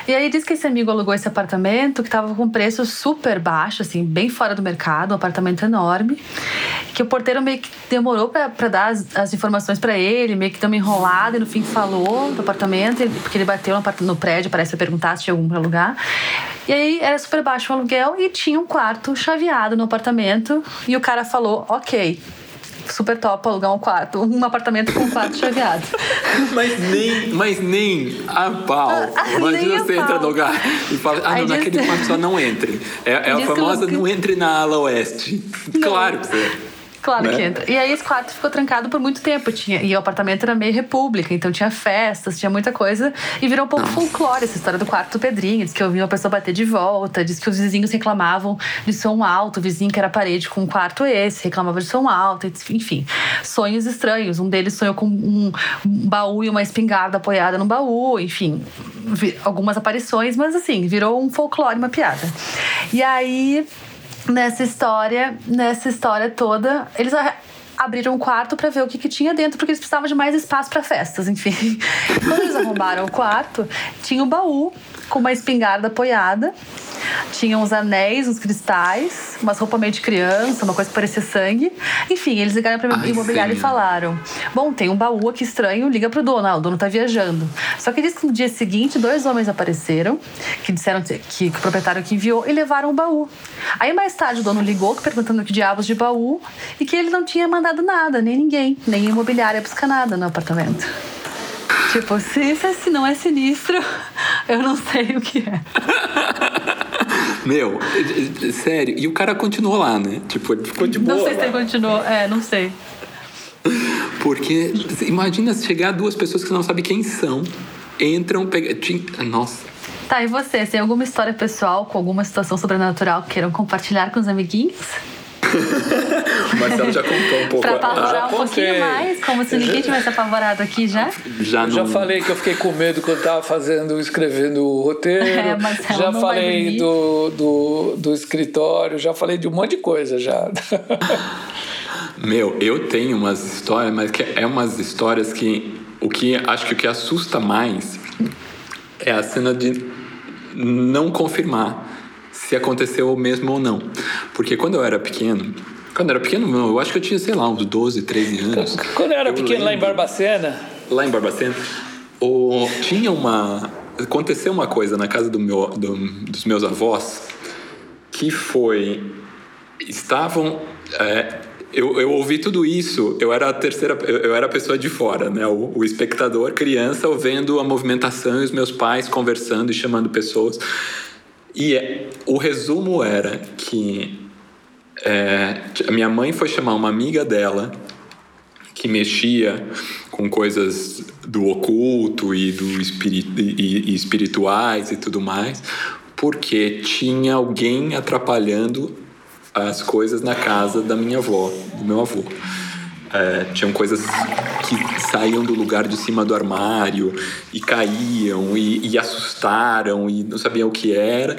Speaker 1: E aí diz que esse amigo alugou esse apartamento que tava com preço super baixo, assim, bem fora do mercado, um apartamento enorme, que o porteiro meio que demorou pra, pra dar as, as informações pra ele, meio que deu uma enrolada e no fim falou do apartamento, porque ele bateu no, no prédio, parece, pra perguntar se tinha algum pra alugar. E aí era super baixo o aluguel e tinha um quarto chaveado no apartamento e o cara falou, ok, super top alugar um quarto, um apartamento com um quarto chaveado.
Speaker 4: Mas nem, mas nem a pau. Imagina você entra no lugar e fala, ah, não, naquele diz... quarto só não entre. É, é a famosa que... não entre na ala oeste. Não. Claro que você...
Speaker 1: Claro, né? Que entra. E aí esse quarto ficou trancado por muito tempo. Tinha, e o apartamento era meio república, então tinha festas, tinha muita coisa. E virou um pouco Nossa. folclore essa história do quarto do Pedrinho. Diz que eu vi uma pessoa bater de volta, diz que os vizinhos reclamavam de som alto. O vizinho que era parede com um quarto esse, reclamava de som alto, enfim. Sonhos estranhos. Um deles sonhou com um baú e uma espingarda apoiada no baú, enfim. Algumas aparições, mas assim, virou um folclore, uma piada. E aí... Nessa história, nessa história toda, eles abriram um quarto para ver o que, que tinha dentro, porque eles precisavam de mais espaço para festas, enfim. Quando eles arrombaram o quarto, tinha um baú com uma espingarda apoiada, tinha uns anéis, uns cristais, umas roupas meio de criança, uma coisa que parecia sangue. Enfim, eles ligaram pra Ai, imobiliária sim. e falaram, bom, tem um baú aqui estranho, liga pro dono. Ah, o dono tá viajando. Só que diz que no dia seguinte, dois homens apareceram, que disseram que, que o proprietário que enviou, e levaram o baú. Aí mais tarde o dono ligou, perguntando que diabos de baú, e que ele não tinha mandado nada, nem ninguém, nem a imobiliária buscar nada no apartamento. Tipo, se isso não é sinistro, eu não sei o que é.
Speaker 4: Meu, sério, e o cara continuou lá, né? Tipo, ele ficou de boa.
Speaker 1: Não sei
Speaker 4: lá.
Speaker 1: se ele continuou, é, não sei.
Speaker 4: Porque, imagina chegar duas pessoas que não sabem quem são, entram, pegam... Nossa.
Speaker 1: Tá, e você? Tem alguma história pessoal com alguma situação sobrenatural que queiram compartilhar com os amiguinhos?
Speaker 4: O Marcelo já contou um pouco.
Speaker 1: Pra apavorar
Speaker 3: ah,
Speaker 1: um pouquinho mais, como se ninguém tivesse apavorado aqui já.
Speaker 3: Já, não... já falei que eu fiquei com medo quando estava fazendo, escrevendo o roteiro. É, já falei do, do, do escritório, já falei de um monte de coisa já.
Speaker 4: Meu, eu tenho umas histórias, mas que é umas histórias que o que acho que o que assusta mais é a cena de não confirmar se aconteceu mesmo ou não. Porque quando eu era pequeno... Quando eu era pequeno, eu acho que eu tinha, sei lá, uns doze, treze anos.
Speaker 3: Quando eu era
Speaker 4: eu
Speaker 3: pequeno, lembro, lá em Barbacena...
Speaker 4: Lá em Barbacena, o, tinha uma... Aconteceu uma coisa na casa do meu, do, dos meus avós, que foi... Estavam... É, eu, eu ouvi tudo isso, eu era a terceira... Eu, eu era a pessoa de fora, né? O, o espectador, criança, vendo a movimentação e os meus pais conversando e chamando pessoas... E é, o resumo era que é, a minha mãe foi chamar uma amiga dela que mexia com coisas do oculto e, do espiri- e, e espirituais e tudo mais, porque tinha alguém atrapalhando as coisas na casa da minha avó, do meu avô. É, tinham coisas que saíam do lugar de cima do armário e caíam e, e assustaram e não sabiam o que era.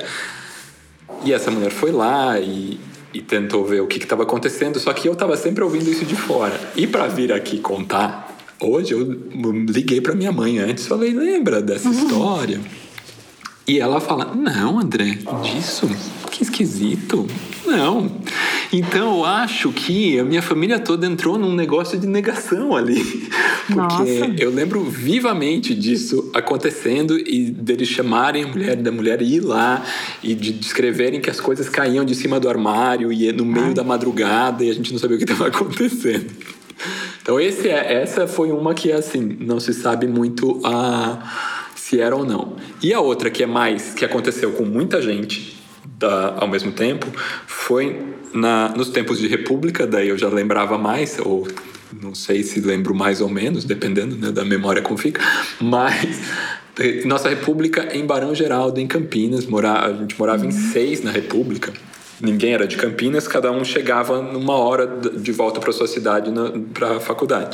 Speaker 4: E essa mulher foi lá e, e tentou ver o que estava acontecendo, só que eu estava sempre ouvindo isso de fora. E para vir aqui contar, hoje eu liguei para minha mãe antes, falei, lembra dessa uhum. história? E ela fala, não, André, disso? Que esquisito. Não. Então eu acho que a minha família toda entrou num negócio de negação ali. Porque Nossa. eu lembro vivamente disso acontecendo e deles chamarem a mulher, da mulher ir lá e de descreverem que as coisas caíam de cima do armário e no meio Ai. da madrugada e a gente não sabia o que estava acontecendo. Então esse é, essa foi uma que, assim, não se sabe muito a... se era ou não. E a outra que é mais, que aconteceu com muita gente da, ao mesmo tempo, foi na, nos tempos de república, daí eu já lembrava mais, ou não sei se lembro mais ou menos, dependendo, né, da memória como fica, mas nossa república em Barão Geraldo, em Campinas, mora, a gente morava uhum. em seis na república, ninguém era de Campinas, cada um chegava numa hora de volta para sua cidade, para a faculdade.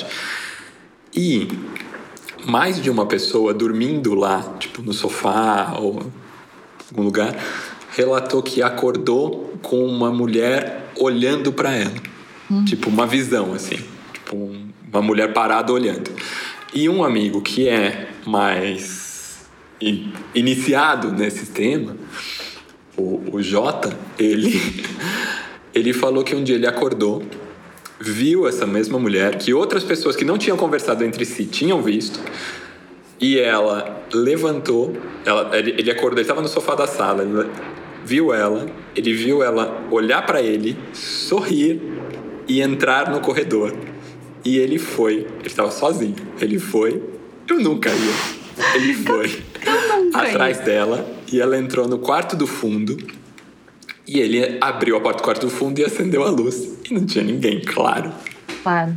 Speaker 4: E mais de uma pessoa dormindo lá, tipo no sofá ou em algum lugar, relatou que acordou com uma mulher olhando para ela. Hum. Tipo, uma visão, assim. Tipo, uma mulher parada olhando. E um amigo que é mais iniciado nesse tema, o, o Jota, ele, ele falou que um dia ele acordou, viu essa mesma mulher, que outras pessoas que não tinham conversado entre si tinham visto, e ela levantou, ela, ele, ele acordou, ele estava no sofá da sala, ele viu ela, ele viu ela olhar para ele, sorrir e entrar no corredor. E ele foi, ele estava sozinho, ele foi, eu nunca ia. Ele foi atrás dela e ela entrou no quarto do fundo e ele abriu a porta do quarto do fundo e acendeu a luz. E não tinha ninguém, claro.
Speaker 1: Claro.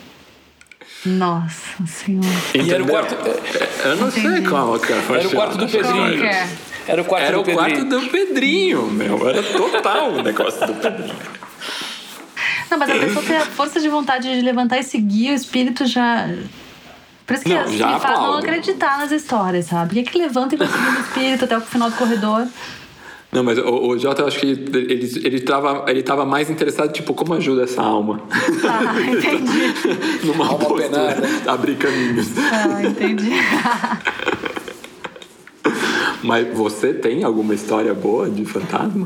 Speaker 1: Nossa Senhora.
Speaker 3: E era o quarto...
Speaker 4: Eu não Entendi. sei qual que era.
Speaker 3: Era o quarto do Pedrinho.
Speaker 1: É?
Speaker 3: Era o quarto
Speaker 4: era
Speaker 3: do
Speaker 4: o
Speaker 3: Pedrinho.
Speaker 4: quarto do Pedrinho, meu. Era total o negócio do Pedrinho.
Speaker 1: Não, mas a pessoa tem a força de vontade de levantar e seguir o espírito já... Por isso que
Speaker 4: não,
Speaker 1: assim,
Speaker 4: já
Speaker 1: faz não acreditar nas histórias, sabe? Por que que levanta e vai seguir o espírito até o final do corredor?
Speaker 4: Não, mas o, o Jota, eu acho que ele, ele, tava, ele tava mais interessado, tipo, como ajuda essa alma?
Speaker 1: Ah, entendi.
Speaker 4: Numa
Speaker 3: alma
Speaker 4: postura,
Speaker 3: penada.
Speaker 4: abrir caminhos.
Speaker 1: Ah, entendi.
Speaker 4: Mas você tem alguma história boa de fantasma?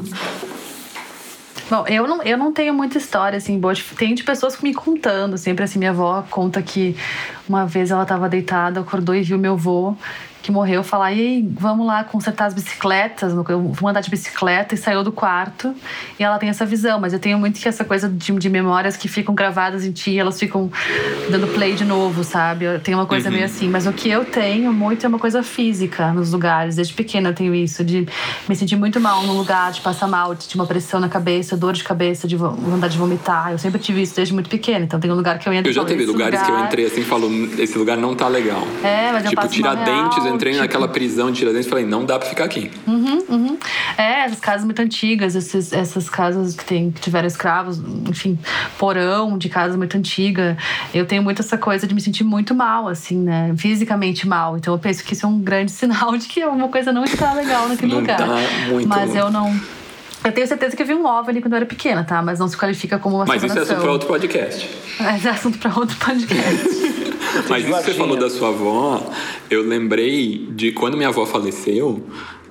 Speaker 1: Bom, eu não, eu não tenho muita história, assim, boa. Tem de pessoas me contando, sempre assim, minha avó conta que uma vez ela estava deitada, acordou e viu meu avô, que morreu, falar, e aí, vamos lá consertar as bicicletas, vamos andar de bicicleta, e saiu do quarto, e ela tem essa visão, mas eu tenho muito que essa coisa de, de memórias que ficam gravadas em ti, elas ficam dando play de novo, sabe? Eu tenho uma coisa uhum. meio assim, mas o que eu tenho muito é uma coisa física nos lugares, desde pequena eu tenho isso, de me sentir muito mal num lugar, de passar mal, de ter uma pressão na cabeça, dor de cabeça, de vontade de vomitar, eu sempre tive isso desde muito pequena, então tem um lugar que eu entro
Speaker 4: Eu já teve lugares
Speaker 1: lugar...
Speaker 4: que eu entrei assim e falo, esse lugar não tá legal.
Speaker 1: É, mas eu
Speaker 4: tipo,
Speaker 1: passo
Speaker 4: Tiradentes,
Speaker 1: real,
Speaker 4: entrei
Speaker 1: tipo...
Speaker 4: naquela prisão de Tiradentes e falei, não dá pra ficar aqui.
Speaker 1: Uhum, uhum. É, essas casas muito antigas, esses, essas casas que, tem, que tiveram escravos, enfim, porão de casa muito antiga. Eu tenho muito essa coisa de me sentir muito mal, assim, né? Fisicamente mal. Então eu penso que isso é um grande sinal de que alguma coisa não está legal naquele
Speaker 4: não
Speaker 1: lugar.
Speaker 4: Tá muito
Speaker 1: Mas
Speaker 4: bom.
Speaker 1: eu não... Eu tenho certeza que eu vi um OVNI quando eu era pequena, tá? Mas não se qualifica como uma
Speaker 4: Mas isso é assunto para outro podcast.
Speaker 1: Mas é assunto para outro podcast.
Speaker 4: Mas isso que você falou da sua avó, eu lembrei de quando minha avó faleceu,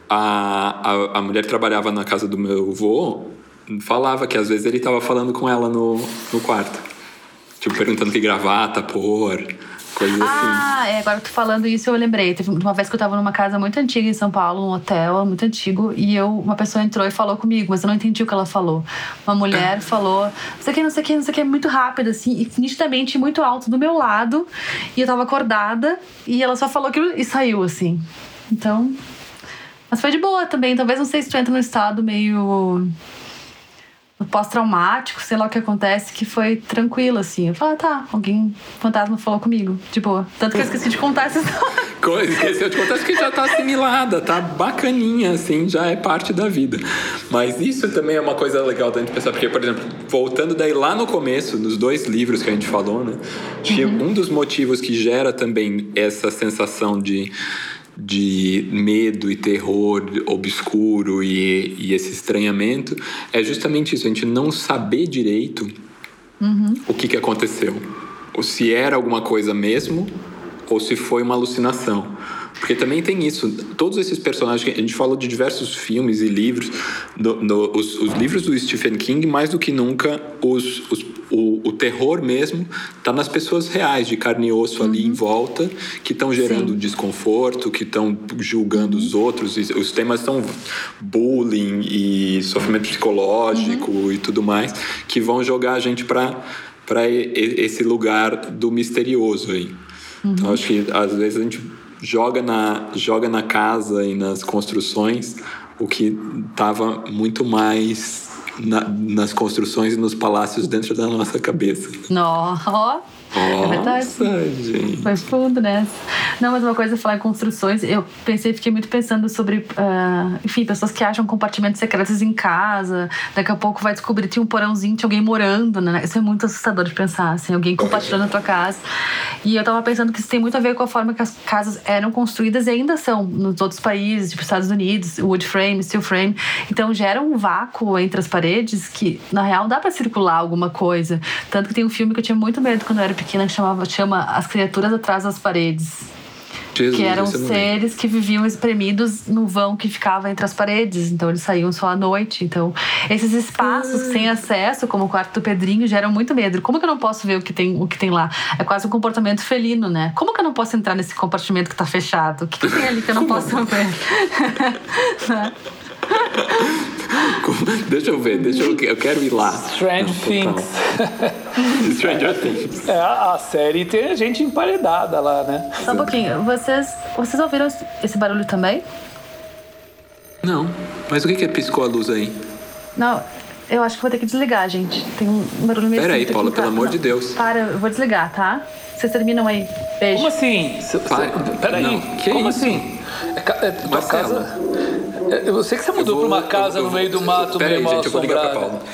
Speaker 4: a, a, a mulher que trabalhava na casa do meu avô falava que às vezes ele estava falando com ela no, no quarto. Tipo, perguntando que gravata pôr, coisas assim.
Speaker 1: Ah, é, agora que tô falando isso, eu lembrei. Teve uma vez que eu tava numa casa muito antiga em São Paulo, um hotel muito antigo, e eu, uma pessoa entrou e falou comigo, mas eu não entendi o que ela falou. Uma mulher falou, não sei o que, não sei o que, não sei o que, muito rápido, assim, e nitidamente muito alto do meu lado, e eu tava acordada, e ela só falou aquilo e saiu, assim. Então... Mas foi de boa também, talvez, não sei se tu entra num estado meio... pós-traumático, sei lá o que acontece, que foi tranquilo, assim. Eu falei, ah, tá, alguém, fantasma falou comigo, de boa. Tanto que eu esqueci de contar essa história.
Speaker 4: Esqueceu de contar, acho que já tá assimilada, tá bacaninha, assim, já é parte da vida. Mas isso também é uma coisa legal da gente pensar, porque, por exemplo, voltando daí lá no começo, nos dois livros que a gente falou, né? Acho que uhum. um dos motivos que gera também essa sensação de... de medo e terror obscuro e, e esse estranhamento é justamente isso, a gente não saber direito uhum. o que, que aconteceu, ou se era alguma coisa mesmo ou se foi uma alucinação, porque também tem isso, todos esses personagens que a gente falou de diversos filmes e livros, no, no, os, os livros do Stephen King, mais do que nunca os, os, o, o terror mesmo está nas pessoas reais, de carne e osso ali uhum. em volta, que estão gerando Sim. desconforto, que estão julgando uhum. os outros, e os temas são bullying e sofrimento psicológico uhum. e tudo mais, que vão jogar a gente para para esse lugar do misterioso aí. Uhum. Então acho que às vezes a gente joga na, joga na casa e nas construções o que estava muito mais na, nas construções e nos palácios dentro da nossa cabeça.
Speaker 1: Nossa, é verdade.
Speaker 4: Gente.
Speaker 1: Foi fundo, né? Não, mas uma coisa é falar em construções. Eu pensei, fiquei muito pensando sobre, uh, enfim, pessoas que acham compartimentos secretos em casa. Daqui a pouco vai descobrir que tem um porãozinho de alguém morando, né? Isso é muito assustador de pensar, assim, alguém compartilhando a tua casa. E eu tava pensando que isso tem muito a ver com a forma que as casas eram construídas e ainda são nos outros países, tipo Estados Unidos, wood frame, steel frame. Então gera um vácuo entre as paredes que, na real, dá pra circular alguma coisa. Tanto que tem um filme que eu tinha muito medo quando eu era pequena que chamava, chama As Criaturas Atrás das Paredes.
Speaker 4: Jesus,
Speaker 1: que eram
Speaker 4: esse eu não
Speaker 1: seres que viviam espremidos no vão que ficava entre as paredes. Então eles saíam só à noite. Então esses espaços sem acesso, como o quarto do Pedrinho, geram muito medo. Como que eu não posso ver o que tem, o que tem lá? É quase um comportamento felino, né? Como que eu não posso entrar nesse compartimento que tá fechado? O que, que tem ali que eu não posso ver? Né?
Speaker 4: Deixa eu ver, deixa eu, eu quero ir lá.
Speaker 3: Strange Things.
Speaker 4: Stranger Things.
Speaker 3: É, a série tem gente emparedada lá, né?
Speaker 1: Só um pouquinho. Vocês, vocês ouviram esse barulho também?
Speaker 4: Não, mas o que que é piscou a luz aí?
Speaker 1: Não, eu acho que vou ter que desligar, gente. Tem um barulho meio
Speaker 4: Pera aí,
Speaker 1: esquisito
Speaker 4: Paula,
Speaker 1: aqui,
Speaker 4: pelo
Speaker 1: tá?
Speaker 4: amor
Speaker 1: Não,
Speaker 4: de Deus.
Speaker 1: Para, eu vou desligar, tá? Vocês terminam aí. Beijo.
Speaker 3: Como assim? Cê,
Speaker 4: Pai,
Speaker 3: cê, peraí,
Speaker 4: não, que
Speaker 3: como
Speaker 4: isso?
Speaker 3: assim? É, ca- é tua
Speaker 4: Marcelo.
Speaker 3: casa? É, eu sei que você mudou
Speaker 4: Eu vou-
Speaker 3: pra uma casa
Speaker 4: eu- eu
Speaker 3: no
Speaker 4: vou-
Speaker 3: meio do mato,
Speaker 4: Pera
Speaker 3: meio
Speaker 4: aí,
Speaker 3: mal
Speaker 4: gente, eu vou ligar pra
Speaker 3: assombrado.
Speaker 4: Paula.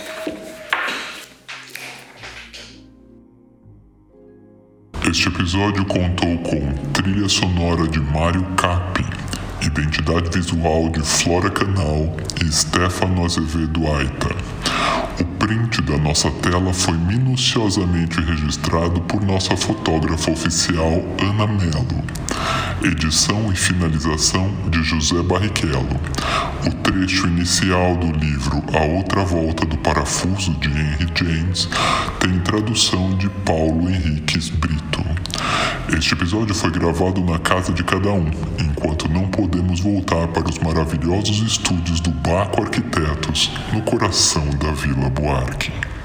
Speaker 5: Este episódio contou com trilha sonora de Mário Capi, identidade visual de Flora Canal e Stefano Azevedo Aita. O print da nossa tela foi minuciosamente registrado por nossa fotógrafa oficial Ana Melo. Edição e finalização de José Barrichello. O trecho inicial do livro A Outra Volta do Parafuso de Henry James tem tradução de Paulo Henriques Brito. Este episódio foi gravado na casa de cada um, enquanto não podemos voltar para os maravilhosos estúdios do Baco Arquitetos, no coração da Vila Buarque.